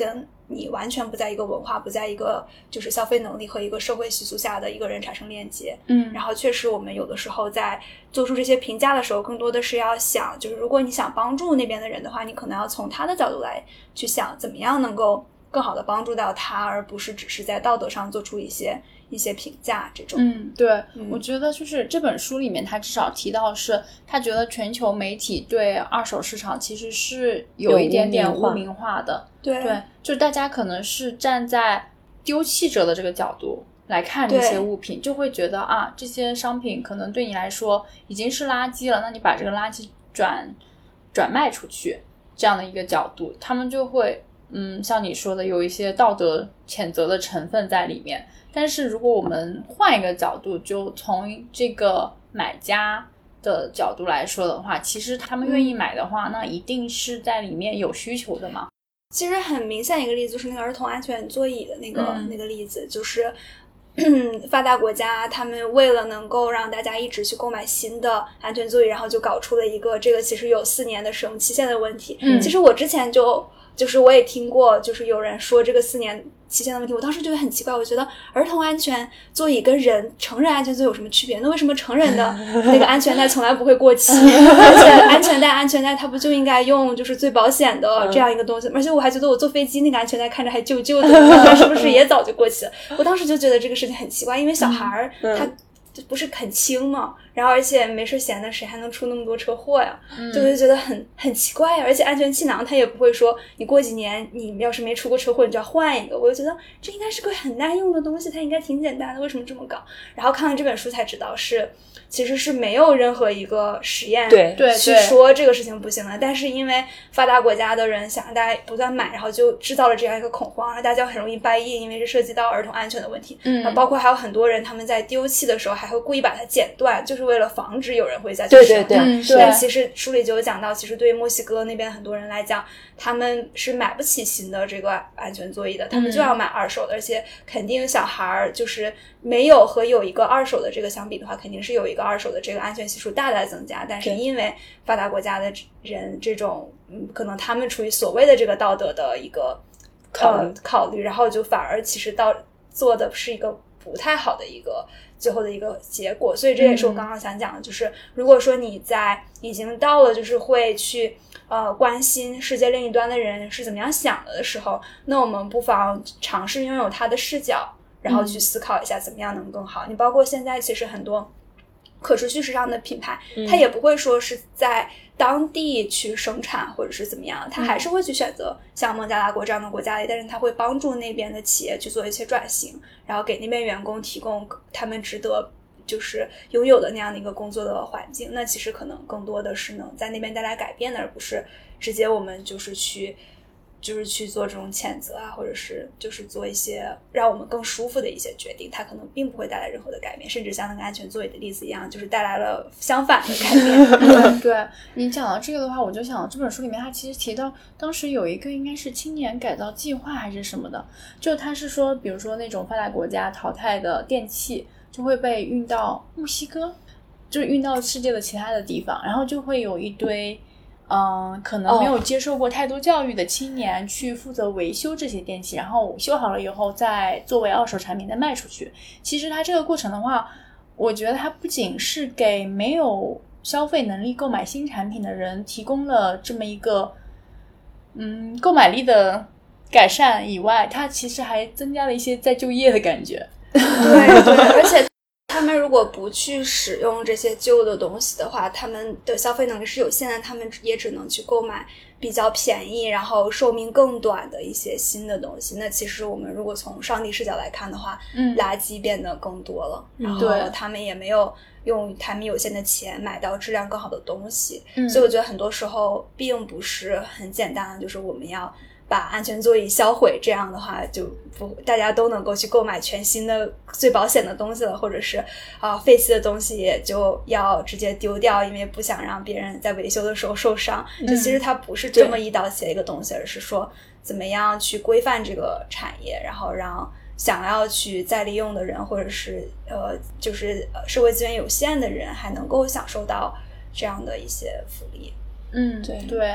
你完全不在一个文化不在一个就是消费能力和一个社会习俗下的一个人产生链接。 嗯， 然后确实我们有的时候在做出这些评价的时候更多的是要想，就是如果你想帮助那边的人的话，你可能要从他的角度来去想怎么样能够更好的帮助到他，而不是只是在道德上做出一些一些评价这种。 嗯，对、 嗯、 我觉得就是这本书里面他至少提到是他觉得全球媒体对二手市场其实是有一点点污名化的。 对对，就大家可能是站在丢弃者的这个角度来看这些物品，就会觉得啊，这些商品可能对你来说已经是垃圾了，那你把这个垃圾转转卖出去，这样的一个角度，他们就会嗯，像你说的有一些道德谴责的成分在里面。但是如果我们换一个角度，就从这个买家的角度来说的话，其实他们愿意买的话、嗯、那一定是在里面有需求的嘛。 其实很明显一个例子就是那个儿童安全座椅的那个、嗯、那个例子，就是发达国家他们为了能够让大家一直去购买新的安全座椅，然后就搞出了一个这个其实有四年的使用期限的问题。嗯，其实我之前就就是我也听过，就是有人说这个四年期限的问题，我当时觉得很奇怪，我觉得儿童安全座椅跟人成人安全座椅有什么区别？那为什么成人的那个安全带从来不会过期？而且安全带安全带它不就应该用就是最保险的这样一个东西、嗯、而且我还觉得我坐飞机那个安全带看着还旧旧的，它是不是也早就过期了？我当时就觉得这个事情很奇怪，因为小孩儿他不是很轻嘛，然后而且没事闲的谁还能出那么多车祸呀、嗯、就会觉得很很奇怪呀。而且安全气囊它也不会说你过几年你要是没出过车祸你就要换一个，我就觉得这应该是个很耐用的东西，它应该挺简单的，为什么这么搞？然后看了这本书才知道是其实是没有任何一个实验对对去说这个事情不行的，但是因为发达国家的人想让大家不断买，然后就制造了这样一个恐慌，然后大家很容易buy in，因为这涉及到儿童安全的问题。嗯，包括还有很多人他们在丢弃的时候还会故意把它剪断，就是为了防止有人会再去使用它。 对对对， 但其实书里就有讲到，其实对于墨西哥那边很多人来讲，他们是买不起新的这个安全座椅的，他们就要买二手的、嗯、而且肯定小孩就是没有和有一个二手的这个相比的话，肯定是有一个二手的这个安全系数大大增加，但是因为发达国家的人这种嗯，可能他们出于所谓的这个道德的一个考虑、呃、考虑，然后就反而其实到做的是一个不太好的一个最后的一个结果。所以这也是我刚刚想讲的、嗯、就是如果说你在已经到了就是会去呃关心世界另一端的人是怎么样想的的时候，那我们不妨尝试拥有他的视角，然后去思考一下怎么样能更好、嗯、你包括现在其实很多可持续时尚的品牌、嗯、它也不会说是在当地去生产或者是怎么样，它还是会去选择像孟加拉国这样的国家里，但是它会帮助那边的企业去做一些转型，然后给那边员工提供他们值得就是拥有的那样的一个工作的环境。那其实可能更多的是能在那边带来改变的，而不是直接我们就是去就是去做这种谴责啊，或者是就是做一些让我们更舒服的一些决定，它可能并不会带来任何的改变，甚至像那个安全座椅的例子一样，就是带来了相反的改变。 对，你讲到这个的话，我就想这本书里面它其实提到当时有一个应该是青年改造计划还是什么的，就它是说比如说那种发达国家淘汰的电器就会被运到墨西哥，就是运到世界的其他的地方，然后就会有一堆嗯，可能没有接受过太多教育的青年去负责维修这些电器，然后修好了以后再作为二手产品再卖出去。其实它这个过程的话，我觉得它不仅是给没有消费能力购买新产品的人提供了这么一个嗯购买力的改善以外，它其实还增加了一些再就业的感觉。 对对，而且他们如果不去使用这些旧的东西的话，他们的消费能力是有限的，他们也只能去购买比较便宜然后寿命更短的一些新的东西。那其实我们如果从上帝视角来看的话，嗯，垃圾变得更多了，然后他们也没有用他们有限的钱买到质量更好的东西、嗯、所以我觉得很多时候并不是很简单的就是我们要把安全座椅销毁，这样的话就不大家都能够去购买全新的最保险的东西了，或者是啊废弃的东西也就要直接丢掉，因为不想让别人在维修的时候受伤、嗯、就其实它不是这么一刀切的一个东西，而是说怎么样去规范这个产业，然后让想要去再利用的人或者是呃就是社会资源有限的人还能够享受到这样的一些福利。 嗯，对对，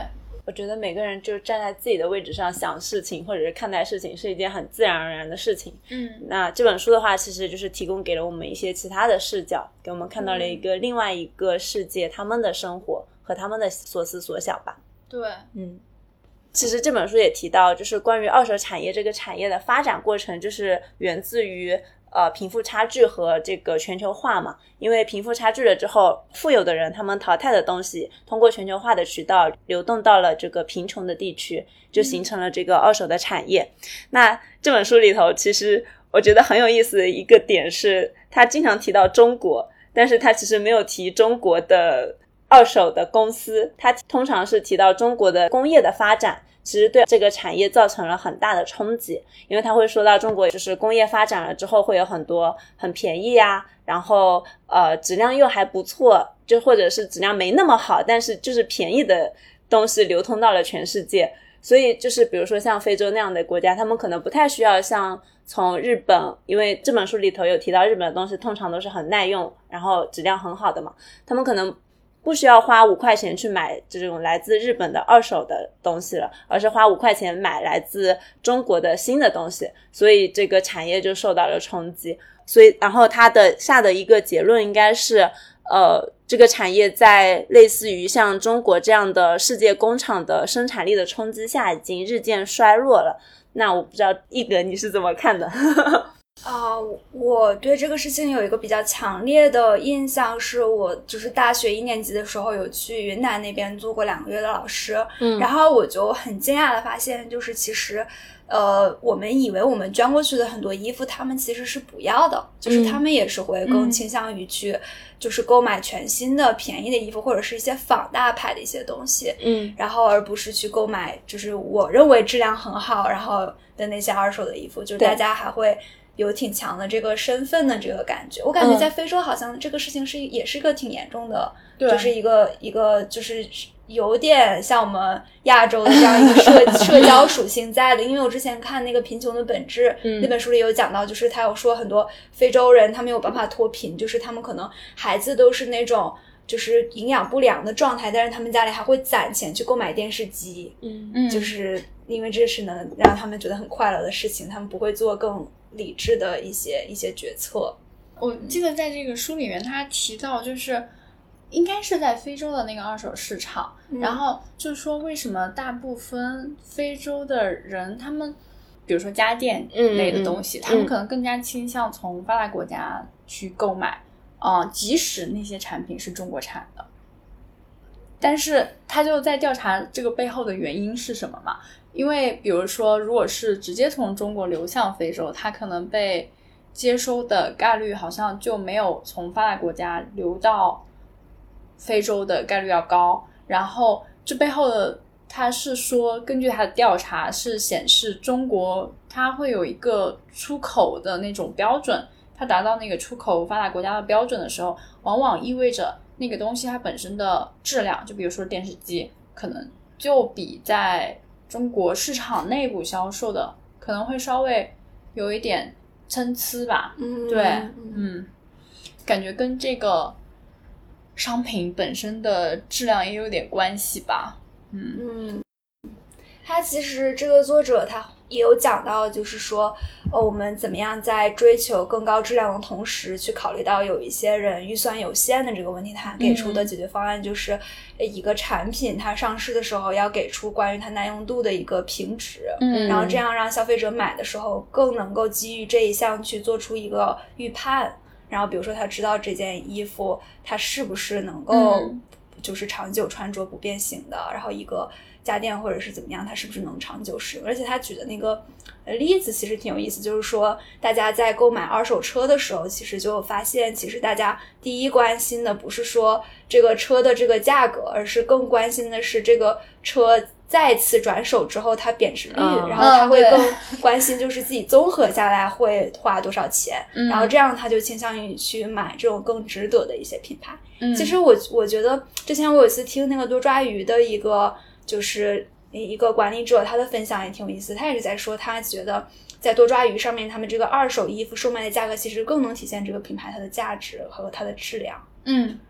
我觉得每个人就站在自己的位置上想事情或者是看待事情是一件很自然而然的事情。 嗯， 那这本书的话其实就是提供给了我们一些其他的视角，给我们看到了一个另外一个世界，他们的生活和他们的所思所想吧。 对， 嗯，其实这本书也提到，就是关于二手产业这个产业的发展过程，就是源自于呃贫富差距和这个全球化嘛。因为贫富差距了之后，富有的人他们淘汰的东西通过全球化的渠道流动到了这个贫穷的地区，就形成了这个二手的产业。嗯、那这本书里头其实我觉得很有意思的一个点是，他经常提到中国，但是他其实没有提中国的二手的公司，他通常是提到中国的工业的发展其实对这个产业造成了很大的冲击。因为他会说到中国就是工业发展了之后会有很多很便宜啊，然后呃质量又还不错，就或者是质量没那么好但是就是便宜的东西流通到了全世界。所以就是比如说像非洲那样的国家，他们可能不太需要像从日本，因为这本书里头有提到日本的东西通常都是很耐用然后质量很好的嘛，他们可能不需要花五块钱去买这种来自日本的二手的东西了，而是花五块钱买来自中国的新的东西，所以这个产业就受到了冲击。所以然后他的下的一个结论应该是呃，这个产业在类似于像中国这样的世界工厂的生产力的冲击下已经日渐衰弱了。那我不知道一格你是怎么看的？ 啊、uh, 我对这个事情有一个比较强烈的印象，是我就是大学一年级的时候有去云南那边做过两个月的老师，嗯，然后我就很惊讶的发现，就是其实呃，我们以为我们捐过去的很多衣服他们其实是不要的，就是他们也是会更倾向于去就是购买全新的便宜的衣服，或者是一些仿大牌的一些东西，嗯，然后而不是去购买就是我认为质量很好然后的那些二手的衣服，就是大家还会有挺强的这个身份的这个感觉。我感觉在非洲好像这个事情是、嗯、也是一个挺严重的，就是一个一个就是有点像我们亚洲的这样一个社社交属性在的。因为我之前看那个贫穷的本质、嗯、那本书里有讲到，就是他有说很多非洲人他没有办法脱贫，就是他们可能孩子都是那种就是营养不良的状态，但是他们家里还会攒钱去购买电视机，嗯，就是因为这是能让他们觉得很快乐的事情，他们不会做更理智的一些一些决策。 我记得在这个书里面他提到，就是应该是在非洲的那个二手市场、嗯、然后就是说为什么大部分非洲的人他们比如说家电类的东西、嗯嗯、他们可能更加倾向从发达国家去购买啊、呃，即使那些产品是中国产的。但是他就在调查这个背后的原因是什么嘛？因为比如说如果是直接从中国流向非洲，它可能被接收的概率好像就没有从发达国家流到非洲的概率要高。然后这背后的他是说根据他的调查是显示中国它会有一个出口的那种标准，它达到那个出口发达国家的标准的时候，往往意味着那个东西它本身的质量，就比如说电视机可能就比在中国市场内部销售的可能会稍微有一点参差吧。嗯，对，嗯，感觉跟这个商品本身的质量也有点关系吧。嗯嗯，他其实这个作者他也有讲到，就是说呃，我们怎么样在追求更高质量的同时去考虑到有一些人预算有限的这个问题。他给出的解决方案就是一个产品它上市的时候要给出关于它耐用度的一个评值，嗯，然后这样让消费者买的时候更能够基于这一项去做出一个预判。然后比如说他知道这件衣服它是不是能够就是长久穿着不变形的，然后一个家电或者是怎么样它是不是能长久使用。而且他举的那个例子其实挺有意思，就是说大家在购买二手车的时候其实就发现，其实大家第一关心的不是说这个车的这个价格，而是更关心的是这个车再次转手之后它贬值率、嗯、然后他会更关心就是自己综合下来会花多少钱、嗯、然后这样他就倾向于去买这种更值得的一些品牌、嗯、其实我我觉得之前我有一次听那个多抓鱼的一个就是一个管理者，他的分享也挺有意思，他也是在说他觉得在多抓鱼上面他们这个二手衣服售卖的价格其实更能体现这个品牌它的价值和它的质量。 嗯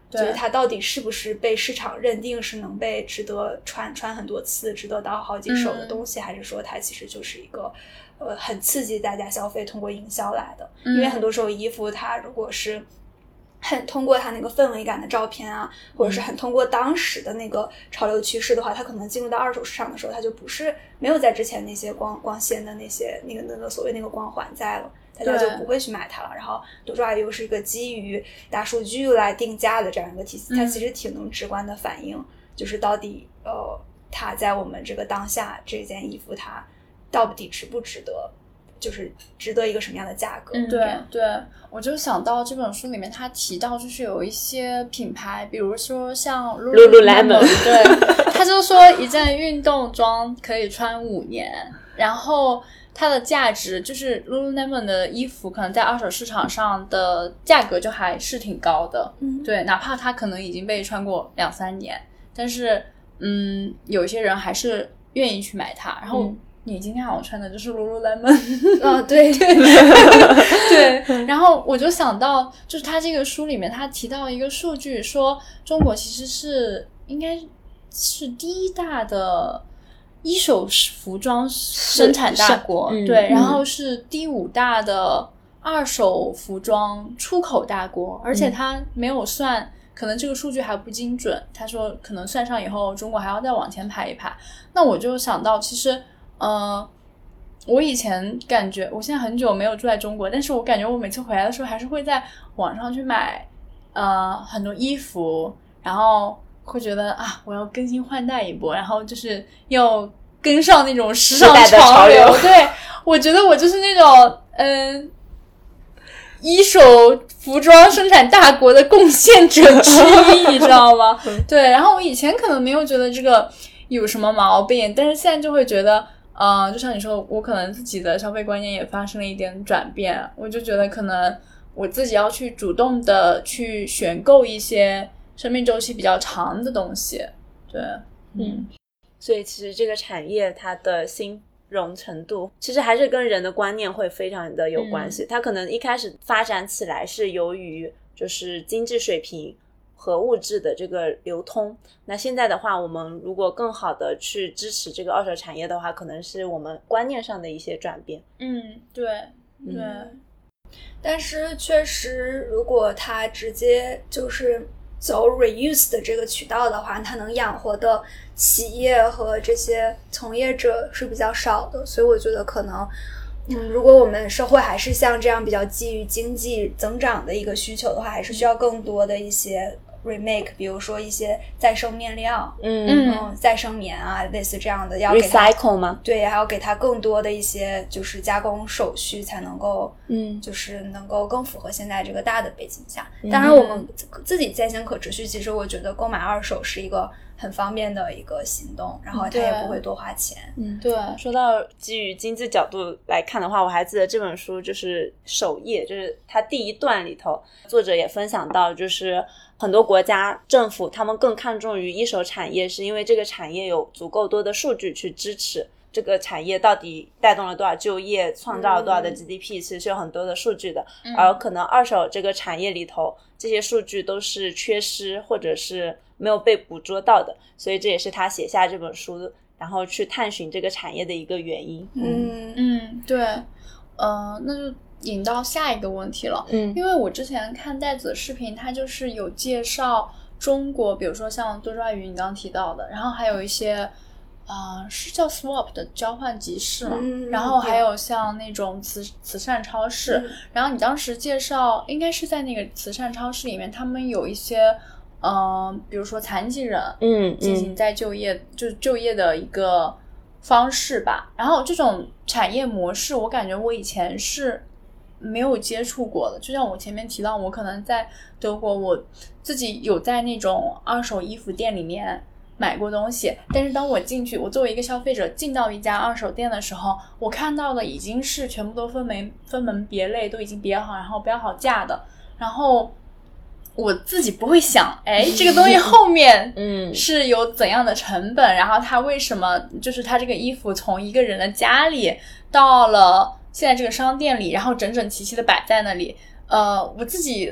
就是它到底是不是被市场认定是能被值得穿穿很多次值得到好几手的东西、嗯、还是说它其实就是一个呃很刺激大家消费通过营销来的、嗯、因为很多时候衣服它如果是很通过它那个氛围感的照片啊，或者是很通过当时的那个潮流趋势的话，它可能进入到二手市场的时候，它就不是没有在之前那些光光鲜的那些那个那个所谓那个光环在了，大家就不会去买它了。然后多抓鱼又是一个基于大数据来定价的这样一个体系，它其实挺能直观的反映，就是到底呃它在我们这个当下这件衣服它到底值不值得。就是值得一个什么样的价格、 嗯、对对，我就想到这本书里面他提到就是有一些品牌，比如说像 Lululemon， 对，他就说一件运动装可以穿五年，然后它的价值就是 Lululemon 的衣服可能在二手市场上的价格就还是挺高的、嗯、对，哪怕它可能已经被穿过两三年，但是嗯，有一些人还是愿意去买它。然后、嗯你今天好像穿的就是 Lululemon 哦，对对对，然后我就想到就是他这个书里面他提到一个数据，说中国其实是应该是第一大的一手服装生产大国、嗯、对、嗯、然后是第五大的二手服装出口大国，而且他没有算、嗯可能这个数据还不精准，他说可能算上以后中国还要再往前排一排。那我就想到其实呃，我以前感觉我现在很久没有住在中国，但是我感觉我每次回来的时候还是会在网上去买呃很多衣服，然后会觉得啊我要更新换代一波，然后就是要跟上那种时尚潮流。对，我觉得我就是那种嗯、呃一手服装生产大国的贡献者之一你知道吗？对，然后我以前可能没有觉得这个有什么毛病，但是现在就会觉得呃，就像你说我可能自己的消费观念也发生了一点转变，我就觉得可能我自己要去主动的去选购一些生命周期比较长的东西。对，嗯， 所以其实这个产业它的新容程度其实还是跟人的观念会非常的有关系、嗯、它可能一开始发展起来是由于就是经济水平和物质的这个流通，那现在的话我们如果更好的去支持这个二手产业的话，可能是我们观念上的一些转变。 嗯，对对、嗯、 但是确实如果它直接就是走 reuse 的这个渠道的话，它能养活的企业和这些从业者是比较少的，所以我觉得可能嗯，如果我们社会还是像这样比较基于经济增长的一个需求的话，还是需要更多的一些 remake， 比如说一些再生面料， 嗯嗯，再生棉啊，类似这样的，要给它 recycle 吗？ 对，还要给它更多的一些就是加工手续，才能够，嗯，就是能够更符合现在这个大的背景下。嗯、当然，我们自己践行可持续，其实我觉得购买二手是一个很方便的一个行动，然后它也不会多花钱。 嗯，对。 说到基于经济角度来看的话，我还记得这本书就是首页，就是它第一段里头，作者也分享到，就是很多国家政府他们更看重于一手产业，是因为这个产业有足够多的数据去支持这个产业到底带动了多少就业，创造了多少的 G D P、嗯、其实是有很多的数据的、嗯、而可能二手这个产业里头这些数据都是缺失或者是没有被捕捉到的，所以这也是他写下这本书然后去探寻这个产业的一个原因。 嗯嗯，对，呃，那就引到下一个问题了。嗯，因为我之前看戴子的视频，他就是有介绍中国，比如说像多抓鱼你刚刚提到的，然后还有一些呃是叫 swap 的交换集市嘛、嗯、然后还有像那种慈慈善超市、嗯、然后你当时介绍应该是在那个慈善超市里面，他们有一些呃比如说残疾人嗯进行再就业、嗯、就就业的一个方式吧。然后这种产业模式我感觉我以前是没有接触过的，就像我前面提到，我可能在德国我自己有在那种二手衣服店里面买过东西，但是当我进去，我作为一个消费者进到一家二手店的时候，我看到的已经是全部都分门分门别类，都已经别好，然后标好价的，然后我自己不会想，哎，这个东西后面嗯是有怎样的成本，然后它为什么就是它这个衣服从一个人的家里到了现在这个商店里，然后整整齐齐的摆在那里，呃，我自己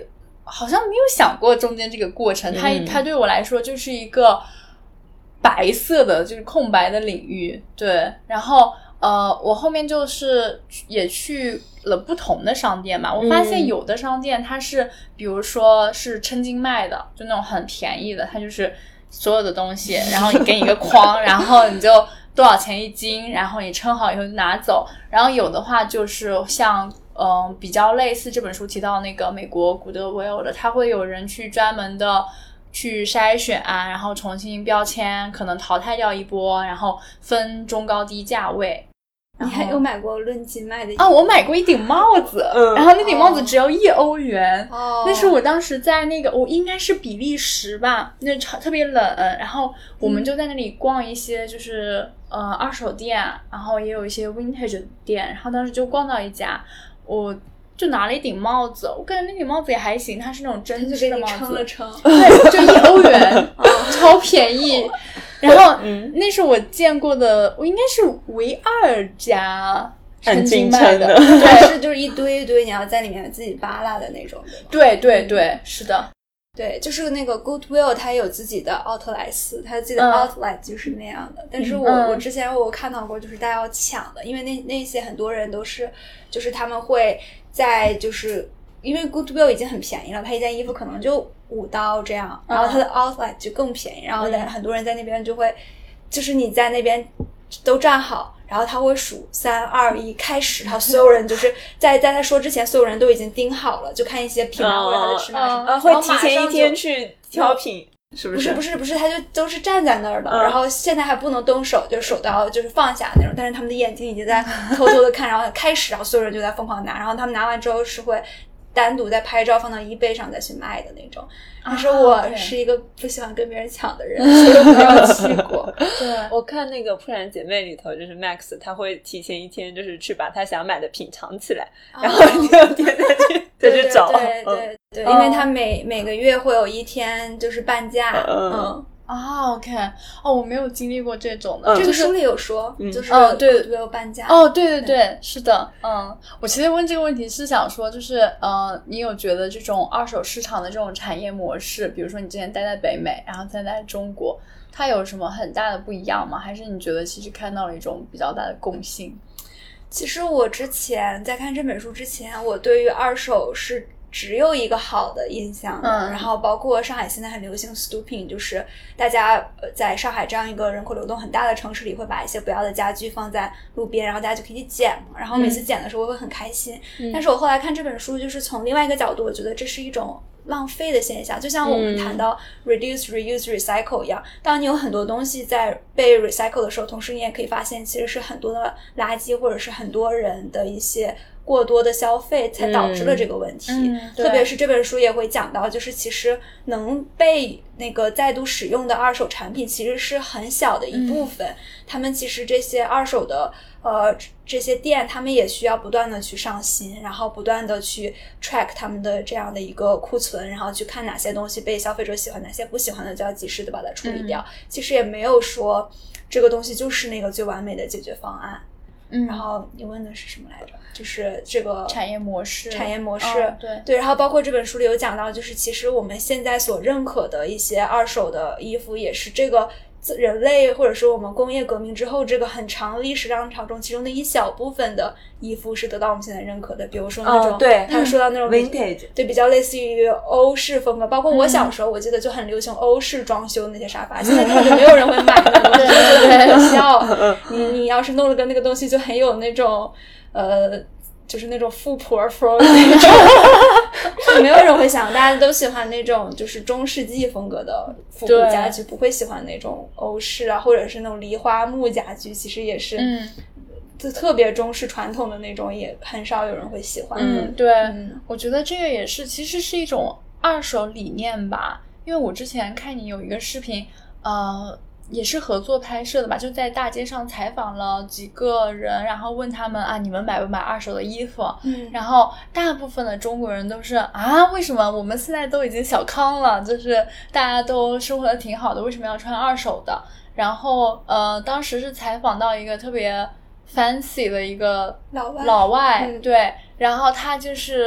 好像没有想过中间这个过程，它、 嗯、 它对我来说就是一个白色的，就是空白的领域。对，然后呃，我后面就是也去了不同的商店嘛，我发现有的商店它是比如说是称斤卖的，就那种很便宜的，它就是所有的东西，然后你给你一个筐然后你就多少钱一斤，然后你称好以后就拿走。然后有的话就是像嗯，比较类似这本书提到那个美国古德维尔的，他会有人去专门的去筛选啊，然后重新标签，可能淘汰掉一波，然后分中高低价位。 你还有买过论斤卖的啊？我买过一顶帽子，嗯、然后那顶帽子只要一欧元， 哦， 那是我当时在那个我应该是比利时吧，那特别冷，然后我们就在那里逛一些就是、嗯、呃二手店，然后也有一些 vintage 店，然后当时就逛到一家，我就拿了一顶帽子，我感觉那顶帽子也还行，它是那种针织的帽子， 称了称， 对，就一欧元，超便宜。然后、嗯、那是我见过的，我应该是唯二家称斤卖的， 对，是就是一堆一堆，你要在里面自己扒拉的那种， 对对对、嗯，是的。 对，就是那个 Goodwill 它有自己的奥特莱斯，它自己的 outlet 就是那样的、嗯、但是我、嗯、我之前我看到过就是大家要抢的，因为那那些很多人都是就是他们会在就是因为 Goodwill 已经很便宜了，它一件衣服可能就五刀这样，然后它的 outlet 就更便宜，然后很多人在那边就会就是你在那边都站好，然后他会数三二一开始，然后所有人就是在在他说之前所有人都已经盯好了，就看一些品牌或者他的尺码什么、 嗯、会提前一天去挑品，是不是？不是不是不是，他就都是站在那儿的、嗯、然后现在还不能动手，就手刀就是放下那种，但是他们的眼睛已经在偷偷的看，然后开始，然后所有人就在疯狂拿，然后他们拿完之后是会单独再拍照放到 eBay 上再去卖的那种。但是我是一个不喜欢跟别人抢的人、啊、所以我没有去过。 对，我看那个《破产姐妹》里头，就是 Max 他会提前一天就是去把他想买的品藏起来，哦、然后第二天再去再去找。 对对对对、嗯，因为他每每个月会有一天就是半价。嗯。嗯啊、oh, ，OK， 哦，我没有经历过这种的， 嗯、这个书里有说， 嗯、 就是哦，对， 没有半价。 哦，对对对，对是的，嗯，我其实问这个问题是想说，就是呃，你有觉得这种二手市场的这种产业模式，比如说你之前待在北美，然后再待在中国，它有什么很大的不一样吗？还是你觉得其实看到了一种比较大的共性？ 其实我之前在看这本书之前，我对于二手是只有一个好的印象的、嗯、然后包括上海现在很流行 stooping， 就是大家在上海这样一个人口流动很大的城市里会把一些不要的家具放在路边，然后大家就可以去捡嘛，然后每次捡的时候我会很开心、嗯、但是我后来看这本书就是从另外一个角度，我觉得这是一种浪费的现象，就像我们谈到 reduce reuse recycle 一样，当你有很多东西在被 recycle 的时候，同时你也可以发现其实是很多的垃圾或者是很多人的一些过多的消费才导致了这个问题、 嗯嗯、 特别是这本书也会讲到，就是其实能被那个再度使用的二手产品其实是很小的一部分、嗯、他们其实这些二手的呃这些店他们也需要不断的去上新，然后不断的去 track 他们的这样的一个库存，然后去看哪些东西被消费者喜欢，哪些不喜欢的就要及时的把它处理掉、嗯、其实也没有说这个东西就是那个最完美的解决方案。 嗯， 然后你问的是什么来着？就是这个产业模式， 产业模式， 哦、对对。然后包括这本书里有讲到，就是其实我们现在所认可的一些二手的衣服，也是这个人类或者说我们工业革命之后这个很长历史浪潮中，其中的一小部分的衣服是得到我们现在认可的。比如说那种， 哦、对， 他说到那种 vintage， 对，比较类似于欧式风格。包括我小时候，我记得就很流行欧式装修那些沙发，现在根本就没有人会买那个东西，就觉得很笑。你你要是弄了个那个东西，就很有那种呃。就是那种富婆风那种没有人会想，大家都喜欢那种就是中世纪风格的复古家具，不会喜欢那种欧式啊，或者是那种梨花木家具，其实也是嗯， 就特别中式传统的那种，也很少有人会喜欢。 嗯，对、 嗯、 我觉得这个也是其实是一种二手理念吧，因为我之前看你有一个视频呃也是合作拍摄的吧，就在大街上采访了几个人，然后问他们啊，你们买不买二手的衣服？ 嗯， 然后大部分的中国人都是啊，为什么我们现在都已经小康了，就是大家都生活的挺好的，为什么要穿二手的？然后呃，当时是采访到一个特别 fancy 的一个老外， 老外、 嗯、 对，然后他就是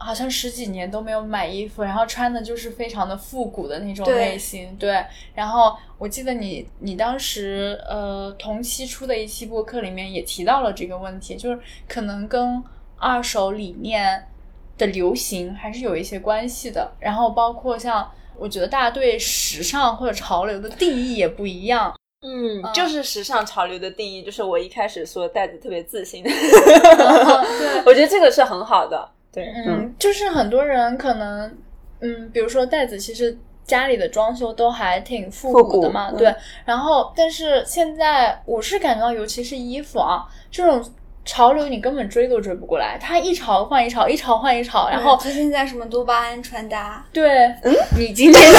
好像十几年都没有买衣服，然后穿的就是非常的复古的那种类型。 对, 对然后我记得你你当时呃同期出的一期播客里面也提到了这个问题，就是可能跟二手理念的流行还是有一些关系的，然后包括像我觉得大家对时尚或者潮流的定义也不一样。 嗯，就是时尚潮流的定义，就是我一开始说袋子特别自信、嗯、 对， 我觉得这个是很好的。对， 嗯，嗯就是很多人可能嗯，比如说袋子其实家里的装修都还挺复古的嘛，对、嗯、然后但是现在我是感觉到尤其是衣服啊这种潮流你根本追都追不过来，它一潮换一潮，一潮换一潮，然后最近在什么多巴胺穿搭， 对，嗯，你今天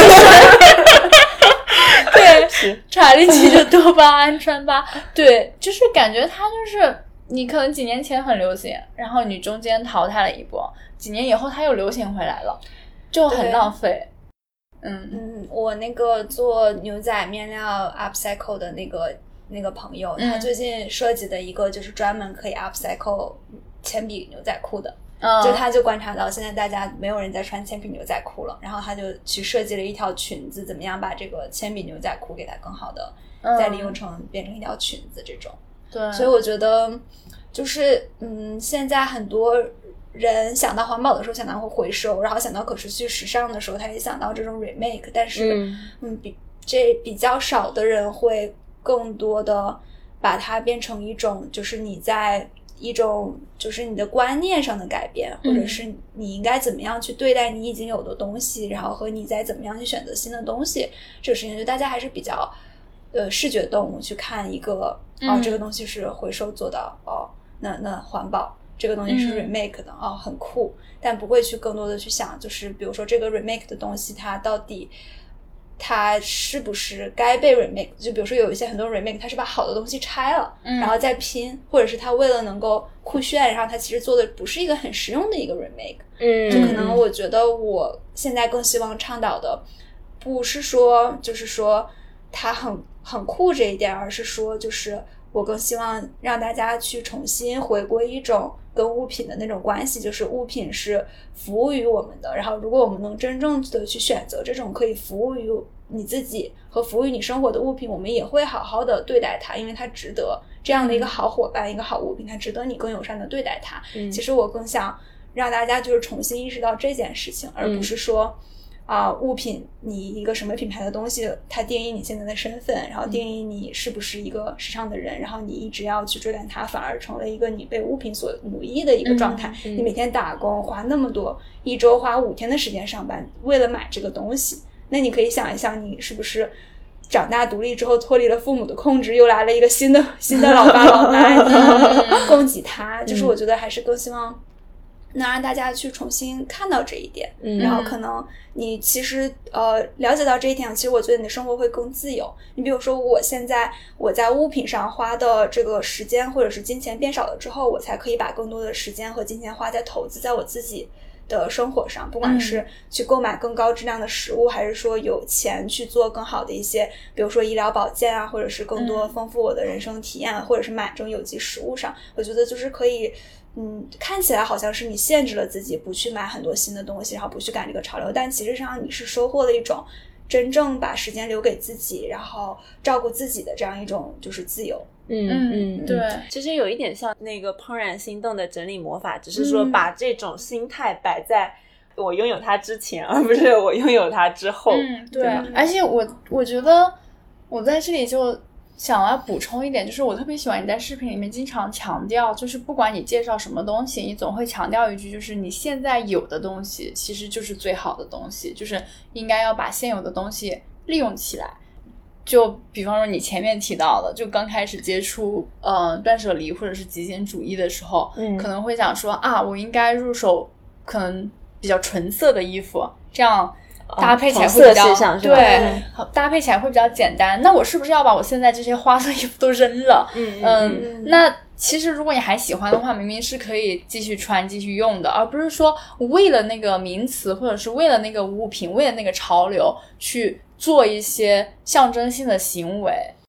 对，是查理奇的多巴胺穿搭，对，就是感觉它就是你可能几年前很流行，然后你中间淘汰了一波，几年以后它又流行回来了，就很浪费。嗯嗯，我那个做牛仔面料 upcycle 的那个那个朋友，他最近设计的一个就是专门可以 upcycle 铅笔牛仔裤的。嗯、就他就观察到现在大家没有人在穿铅笔牛仔裤了，然后他就去设计了一条裙子，怎么样把这个铅笔牛仔裤给它更好的再利用成变成一条裙子这种。 对， 所以我觉得就是嗯，现在很多人想到环保的时候想到会回收，然后想到可持续时尚的时候他也想到这种 remake， 但是 嗯, 嗯比这比较少的人会更多的把它变成一种就是你在一种就是你的观念上的改变，或者是你应该怎么样去对待你已经有的东西、嗯、然后和你再怎么样去选择新的东西，这个事情就大家还是比较呃视觉动物去看一个、嗯、哦这个东西是回收做到哦那那环保，这个东西是 remake 的、嗯、哦很酷，但不会去更多的去想就是比如说这个 remake 的东西它到底它是不是该被 remake， 就比如说有一些很多 remake 它是把好的东西拆了、嗯、然后再拼，或者是它为了能够酷炫，然后它其实做的不是一个很实用的一个 remake。 嗯，就可能我觉得我现在更希望倡导的不是说就是说它很很酷这一点，而是说就是我更希望让大家去重新回归一种跟物品的那种关系，就是物品是服务于我们的，然后如果我们能真正的去选择这种可以服务于你自己和服务于你生活的物品，我们也会好好的对待它，因为它值得，这样的一个好伙伴、嗯、一个好物品它值得你更友善的对待它、嗯、其实我更想让大家就是重新意识到这件事情，而不是说啊、呃，物品你一个什么品牌的东西它定义你现在的身份，然后定义你是不是一个时尚的人、嗯、然后你一直要去追赶它，反而成了一个你被物品所奴役的一个状态、嗯嗯、你每天打工花那么多，一周花五天的时间上班为了买这个东西，那你可以想一想你是不是长大独立之后脱离了父母的控制，又来了一个新的新的老爸老妈你供给他，就是我觉得还是更希望能让大家去重新看到这一点、嗯、然后可能你其实呃了解到这一点，其实我觉得你的生活会更自由。你比如说我现在我在物品上花的这个时间或者是金钱变少了之后，我才可以把更多的时间和金钱花在投资在我自己的生活上，不管是去购买更高质量的食物、嗯、还是说有钱去做更好的一些比如说医疗保健啊，或者是更多丰富我的人生体验、嗯、或者是买这种有机食物上，我觉得就是可以嗯，看起来好像是你限制了自己不去买很多新的东西，然后不去赶这个潮流，但其实上你是收获了一种真正把时间留给自己，然后照顾自己的这样一种就是自由。 嗯嗯，对，其实有一点像那个怦然心动的整理魔法，只是说把这种心态摆在我拥有它之前、嗯、而不是我拥有它之后。 嗯，对，对，而且我我觉得我在这里就想要补充一点，就是我特别喜欢你在视频里面经常强调，就是不管你介绍什么东西，你总会强调一句，就是你现在有的东西其实就是最好的东西，就是应该要把现有的东西利用起来。就比方说你前面提到的，就刚开始接触呃断舍离或者是极简主义的时候、嗯、可能会想说啊，我应该入手可能比较纯色的衣服，这样搭配起来会比较、 哦、 对、嗯、搭配起来会比较简单，那我是不是要把我现在这些花色衣服都扔了？嗯嗯, 嗯那其实如果你还喜欢的话，明明是可以继续穿继续用的，而不是说为了那个名词或者是为了那个物品为了那个潮流去做一些象征性的行为。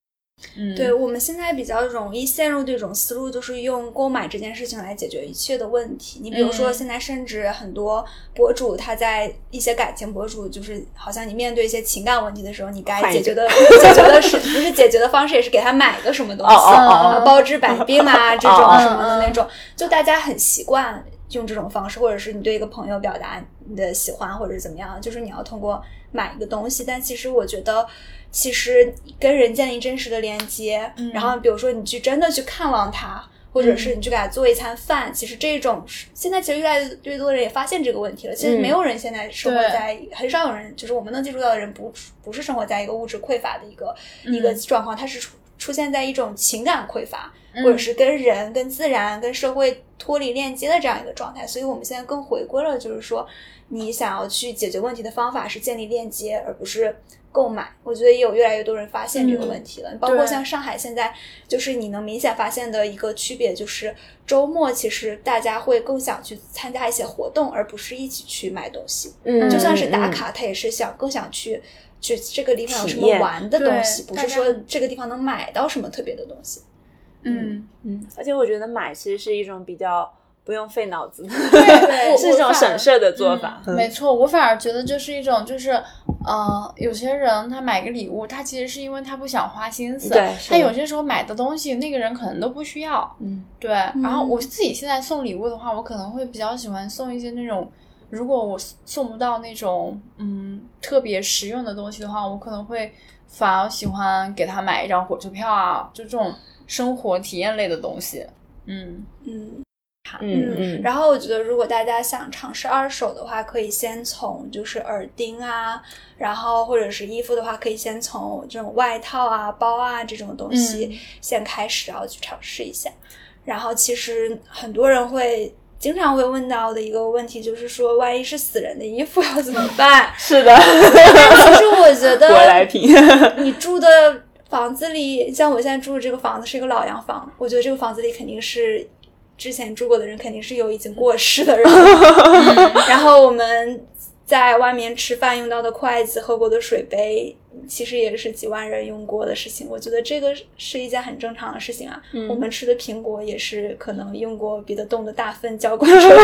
嗯， 对，我们现在比较容易陷入这种思路，就是用购买这件事情来解决一切的问题。你比如说，现在甚至很多博主，他在一些感情博主，就是好像你面对一些情感问题的时候，你该解决的解决的是不是解决的方式，也是给他买个什么东西， 哦哦哦包治百病啊这种什么的那种，就大家很习惯用这种方式，或者是你对一个朋友表达你的喜欢，或者是怎么样，就是你要通过买一个东西。但其实我觉得其实跟人建立真实的连接、嗯、然后比如说你去真的去看望他，或者是你去给他做一餐饭、嗯、其实这种现在其实越来越多的人也发现这个问题了，其实没有人现在生活在、嗯、很少有人，就是我们能接触到的人不不是生活在一个物质匮乏的一个、嗯、一个状况，它是出出现在一种情感匮乏、嗯、或者是跟人跟自然跟社会脱离链接的这样一个状态。所以我们现在更回归了，就是说你想要去解决问题的方法是建立链接，而不是购买。我觉得也有越来越多人发现这个问题了、嗯、包括像上海现在就是你能明显发现的一个区别，就是周末其实大家会更想去参加一些活动，而不是一起去买东西。嗯，就算是打卡、嗯、他也是想更想去去这个地方有什么玩的东西，不是说这个地方能买到什么特别的东西。 嗯嗯，而且我觉得买其实是一种比较不用费脑子的， 对对是一种省事的做法、 嗯、没错。我反而觉得这是一种就是呃，有些人他买个礼物，他其实是因为他不想花心思， 对， 他有些时候买的东西那个人可能都不需要。嗯，对。然后我自己现在送礼物的话，我可能会比较喜欢送一些那种，如果我送不到那种嗯特别实用的东西的话，我可能会反而喜欢给他买一张火车票啊，就这种生活体验类的东西。嗯嗯嗯嗯， 然后我觉得如果大家想尝试二手的话，可以先从就是耳钉啊，然后或者是衣服的话，可以先从这种外套啊、包啊这种东西先开始，然后去尝试一下。然后其实很多人会经常会问到的一个问题就是说，万一是死人的衣服要怎么办？ 是的， 但其实我觉得舶来品， 你住的房子里，像我现在住的这个房子是一个老洋房，我觉得这个房子里肯定是之前住过的人肯定是有已经过世的人、嗯、然后我们在外面吃饭用到的筷子、喝过的水杯其实也是几万人用过的事情，我觉得这个是一件很正常的事情啊、嗯、我们吃的苹果也是可能用过彼得洞的大粪浇灌出来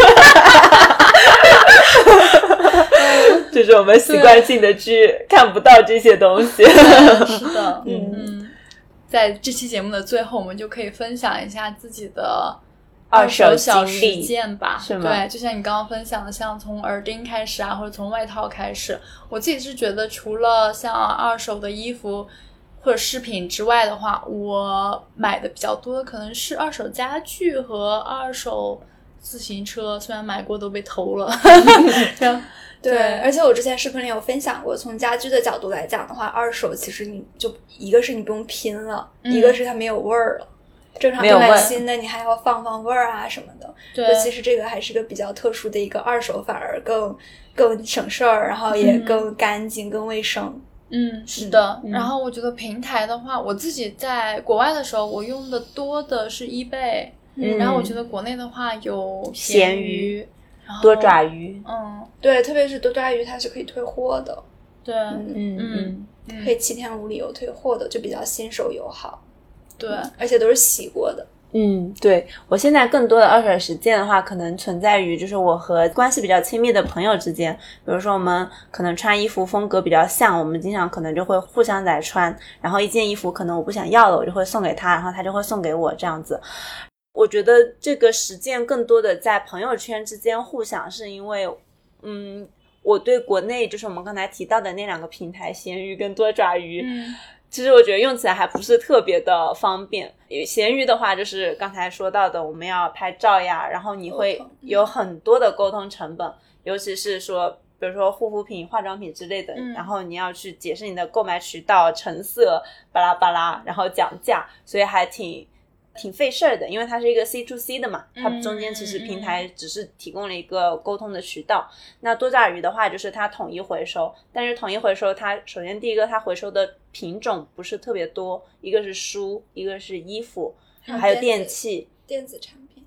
的就是我们习惯性的去看不到这些东西。 是的，嗯嗯，在这期节目的最后我们就可以分享一下自己的二手小实践吧， 是吗？ 对，就像你刚刚分享的，像从耳钉开始啊，或者从外套开始。我自己是觉得，除了像二手的衣服或者饰品之外的话，我买的比较多的可能是二手家具和二手自行车，虽然买过都被偷了。 对, 对，而且我之前视频里有分享过，从家居的角度来讲的话，二手其实你就一个是你不用拼了、嗯、一个是它没有味儿了。正常买新的你还要放放味儿啊什么的， 对， 尤其是这个还是个比较特殊的一个二手，反而更更省事儿，然后也更干净、嗯、更卫生。 嗯，是的、嗯、然后我觉得平台的话，我自己在国外的时候我用的多的是 eBay、嗯、然后我觉得国内的话有闲鱼、 多爪鱼， 嗯，对，特别是多爪鱼它是可以退货的， 对， 嗯嗯嗯，可以七天无理由退货的，就比较新手友好。 对、 嗯，而且都是洗过的。 嗯，对，我现在更多的二手实践的话，可能存在于就是我和关系比较亲密的朋友之间，比如说我们可能穿衣服风格比较像，我们经常可能就会互相在穿，然后一件衣服可能我不想要了，我就会送给他，然后他就会送给我，这样子。我觉得这个实践更多的在朋友圈之间互享，是因为嗯，我对国内就是我们刚才提到的那两个平台闲鱼跟多爪鱼、嗯其实我觉得用起来还不是特别的方便。闲鱼的话就是刚才说到的，我们要拍照呀，然后你会有很多的沟通成本，尤其是说比如说护肤品、化妆品之类的、嗯、然后你要去解释你的购买渠道、成色巴拉巴拉，然后讲价，所以还挺挺费事儿的，因为它是一个 C to C 的嘛，它中间其实平台只是提供了一个沟通的渠道、嗯、那多爪鱼的话就是它统一回收，但是统一回收它首先第一个它回收的品种不是特别多，一个是书，一个是衣服、嗯、还有电器电子产品，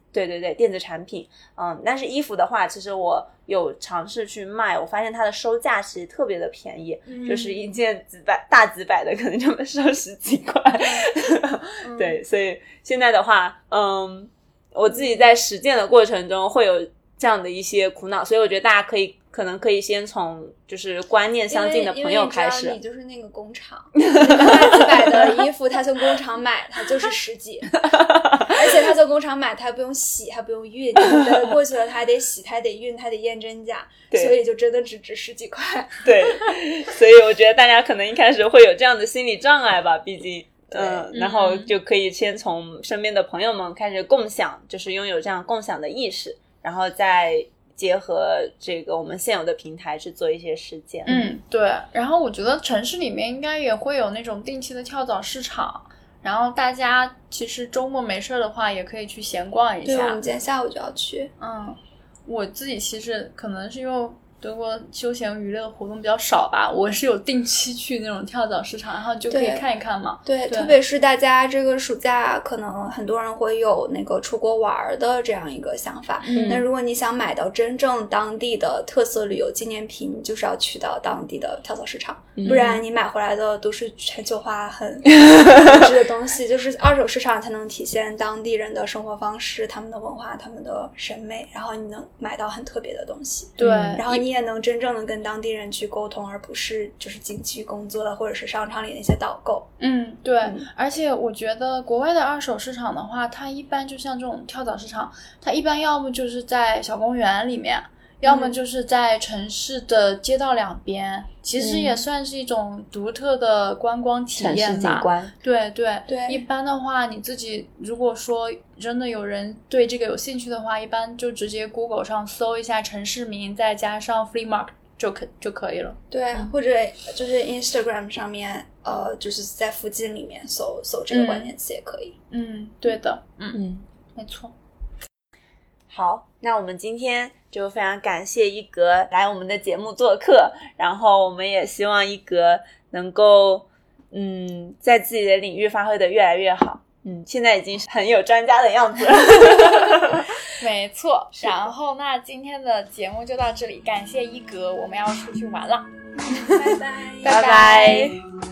对对对，电子产品，嗯，但是衣服的话，其实我有尝试去卖，我发现它的收价其实特别的便宜，嗯、就是一件几百大几百的，可能就收十几块。嗯、对，所以现在的话，嗯，我自己在实践的过程中会有这样的一些苦恼，所以我觉得大家可以。可能可以先从就是观念相近的朋友开始。 因为你就是那个工厂，大几百的衣服，他从工厂买，他就是十几，而且他从工厂买，他还不用洗，还不用熨，对，过去了他还得洗，他还得熨，他还得验真假，所以就真的只值十几块。 对，所以我觉得大家可能一开始会有这样的心理障碍吧，毕竟。嗯，然后就可以先从身边的朋友们开始共享，就是拥有这样共享的意识，然后再结合这个我们现有的平台去做一些实践。 嗯，对。然后我觉得城市里面应该也会有那种定期的跳蚤市场，然后大家其实周末没事的话也可以去闲逛一下。 对，我们今天下午就要去。 嗯，我自己其实可能是因为德国休闲娱乐活动比较少吧，我是有定期去那种跳蚤市场，然后就可以看一看嘛。 对，对，特别是大家这个暑假可能很多人会有那个出国玩的这样一个想法、嗯、那如果你想买到真正当地的特色旅游纪念品，你就是要去到当地的跳蚤市场、嗯、不然你买回来的都是全球化很物质的东西就是二手市场才能体现当地人的生活方式，他们的文化，他们的审美，然后你能买到很特别的东西。 对、 嗯、然后你你也能真正的跟当地人去沟通，而不是就是景区工作的或者是商场里那些导购。 嗯，对、嗯、而且我觉得国外的二手市场的话，它一般就像这种跳蚤市场，它一般要么就是在小公园里面，要么就是在城市的街道两边、嗯、其实也算是一种独特的观光体验吧。 城市景观。 对对对， 一般的话你自己如果说真的有人对这个有兴趣的话，一般就直接 Google 上搜一下城市名，再加上 Flea Market 就可就可以了。 对、嗯、或者就是 Instagram 上面呃，就是在附近里面搜搜这个关键词也可以。 嗯，对的。嗯嗯， 没错。 好，那我们今天就非常感谢一格来我们的节目做客，然后我们也希望一格能够嗯在自己的领域发挥的越来越好。嗯，现在已经很有专家的样子了。 没错。然后那今天的节目就到这里，感谢一格，我们要出去玩了。 拜拜拜拜。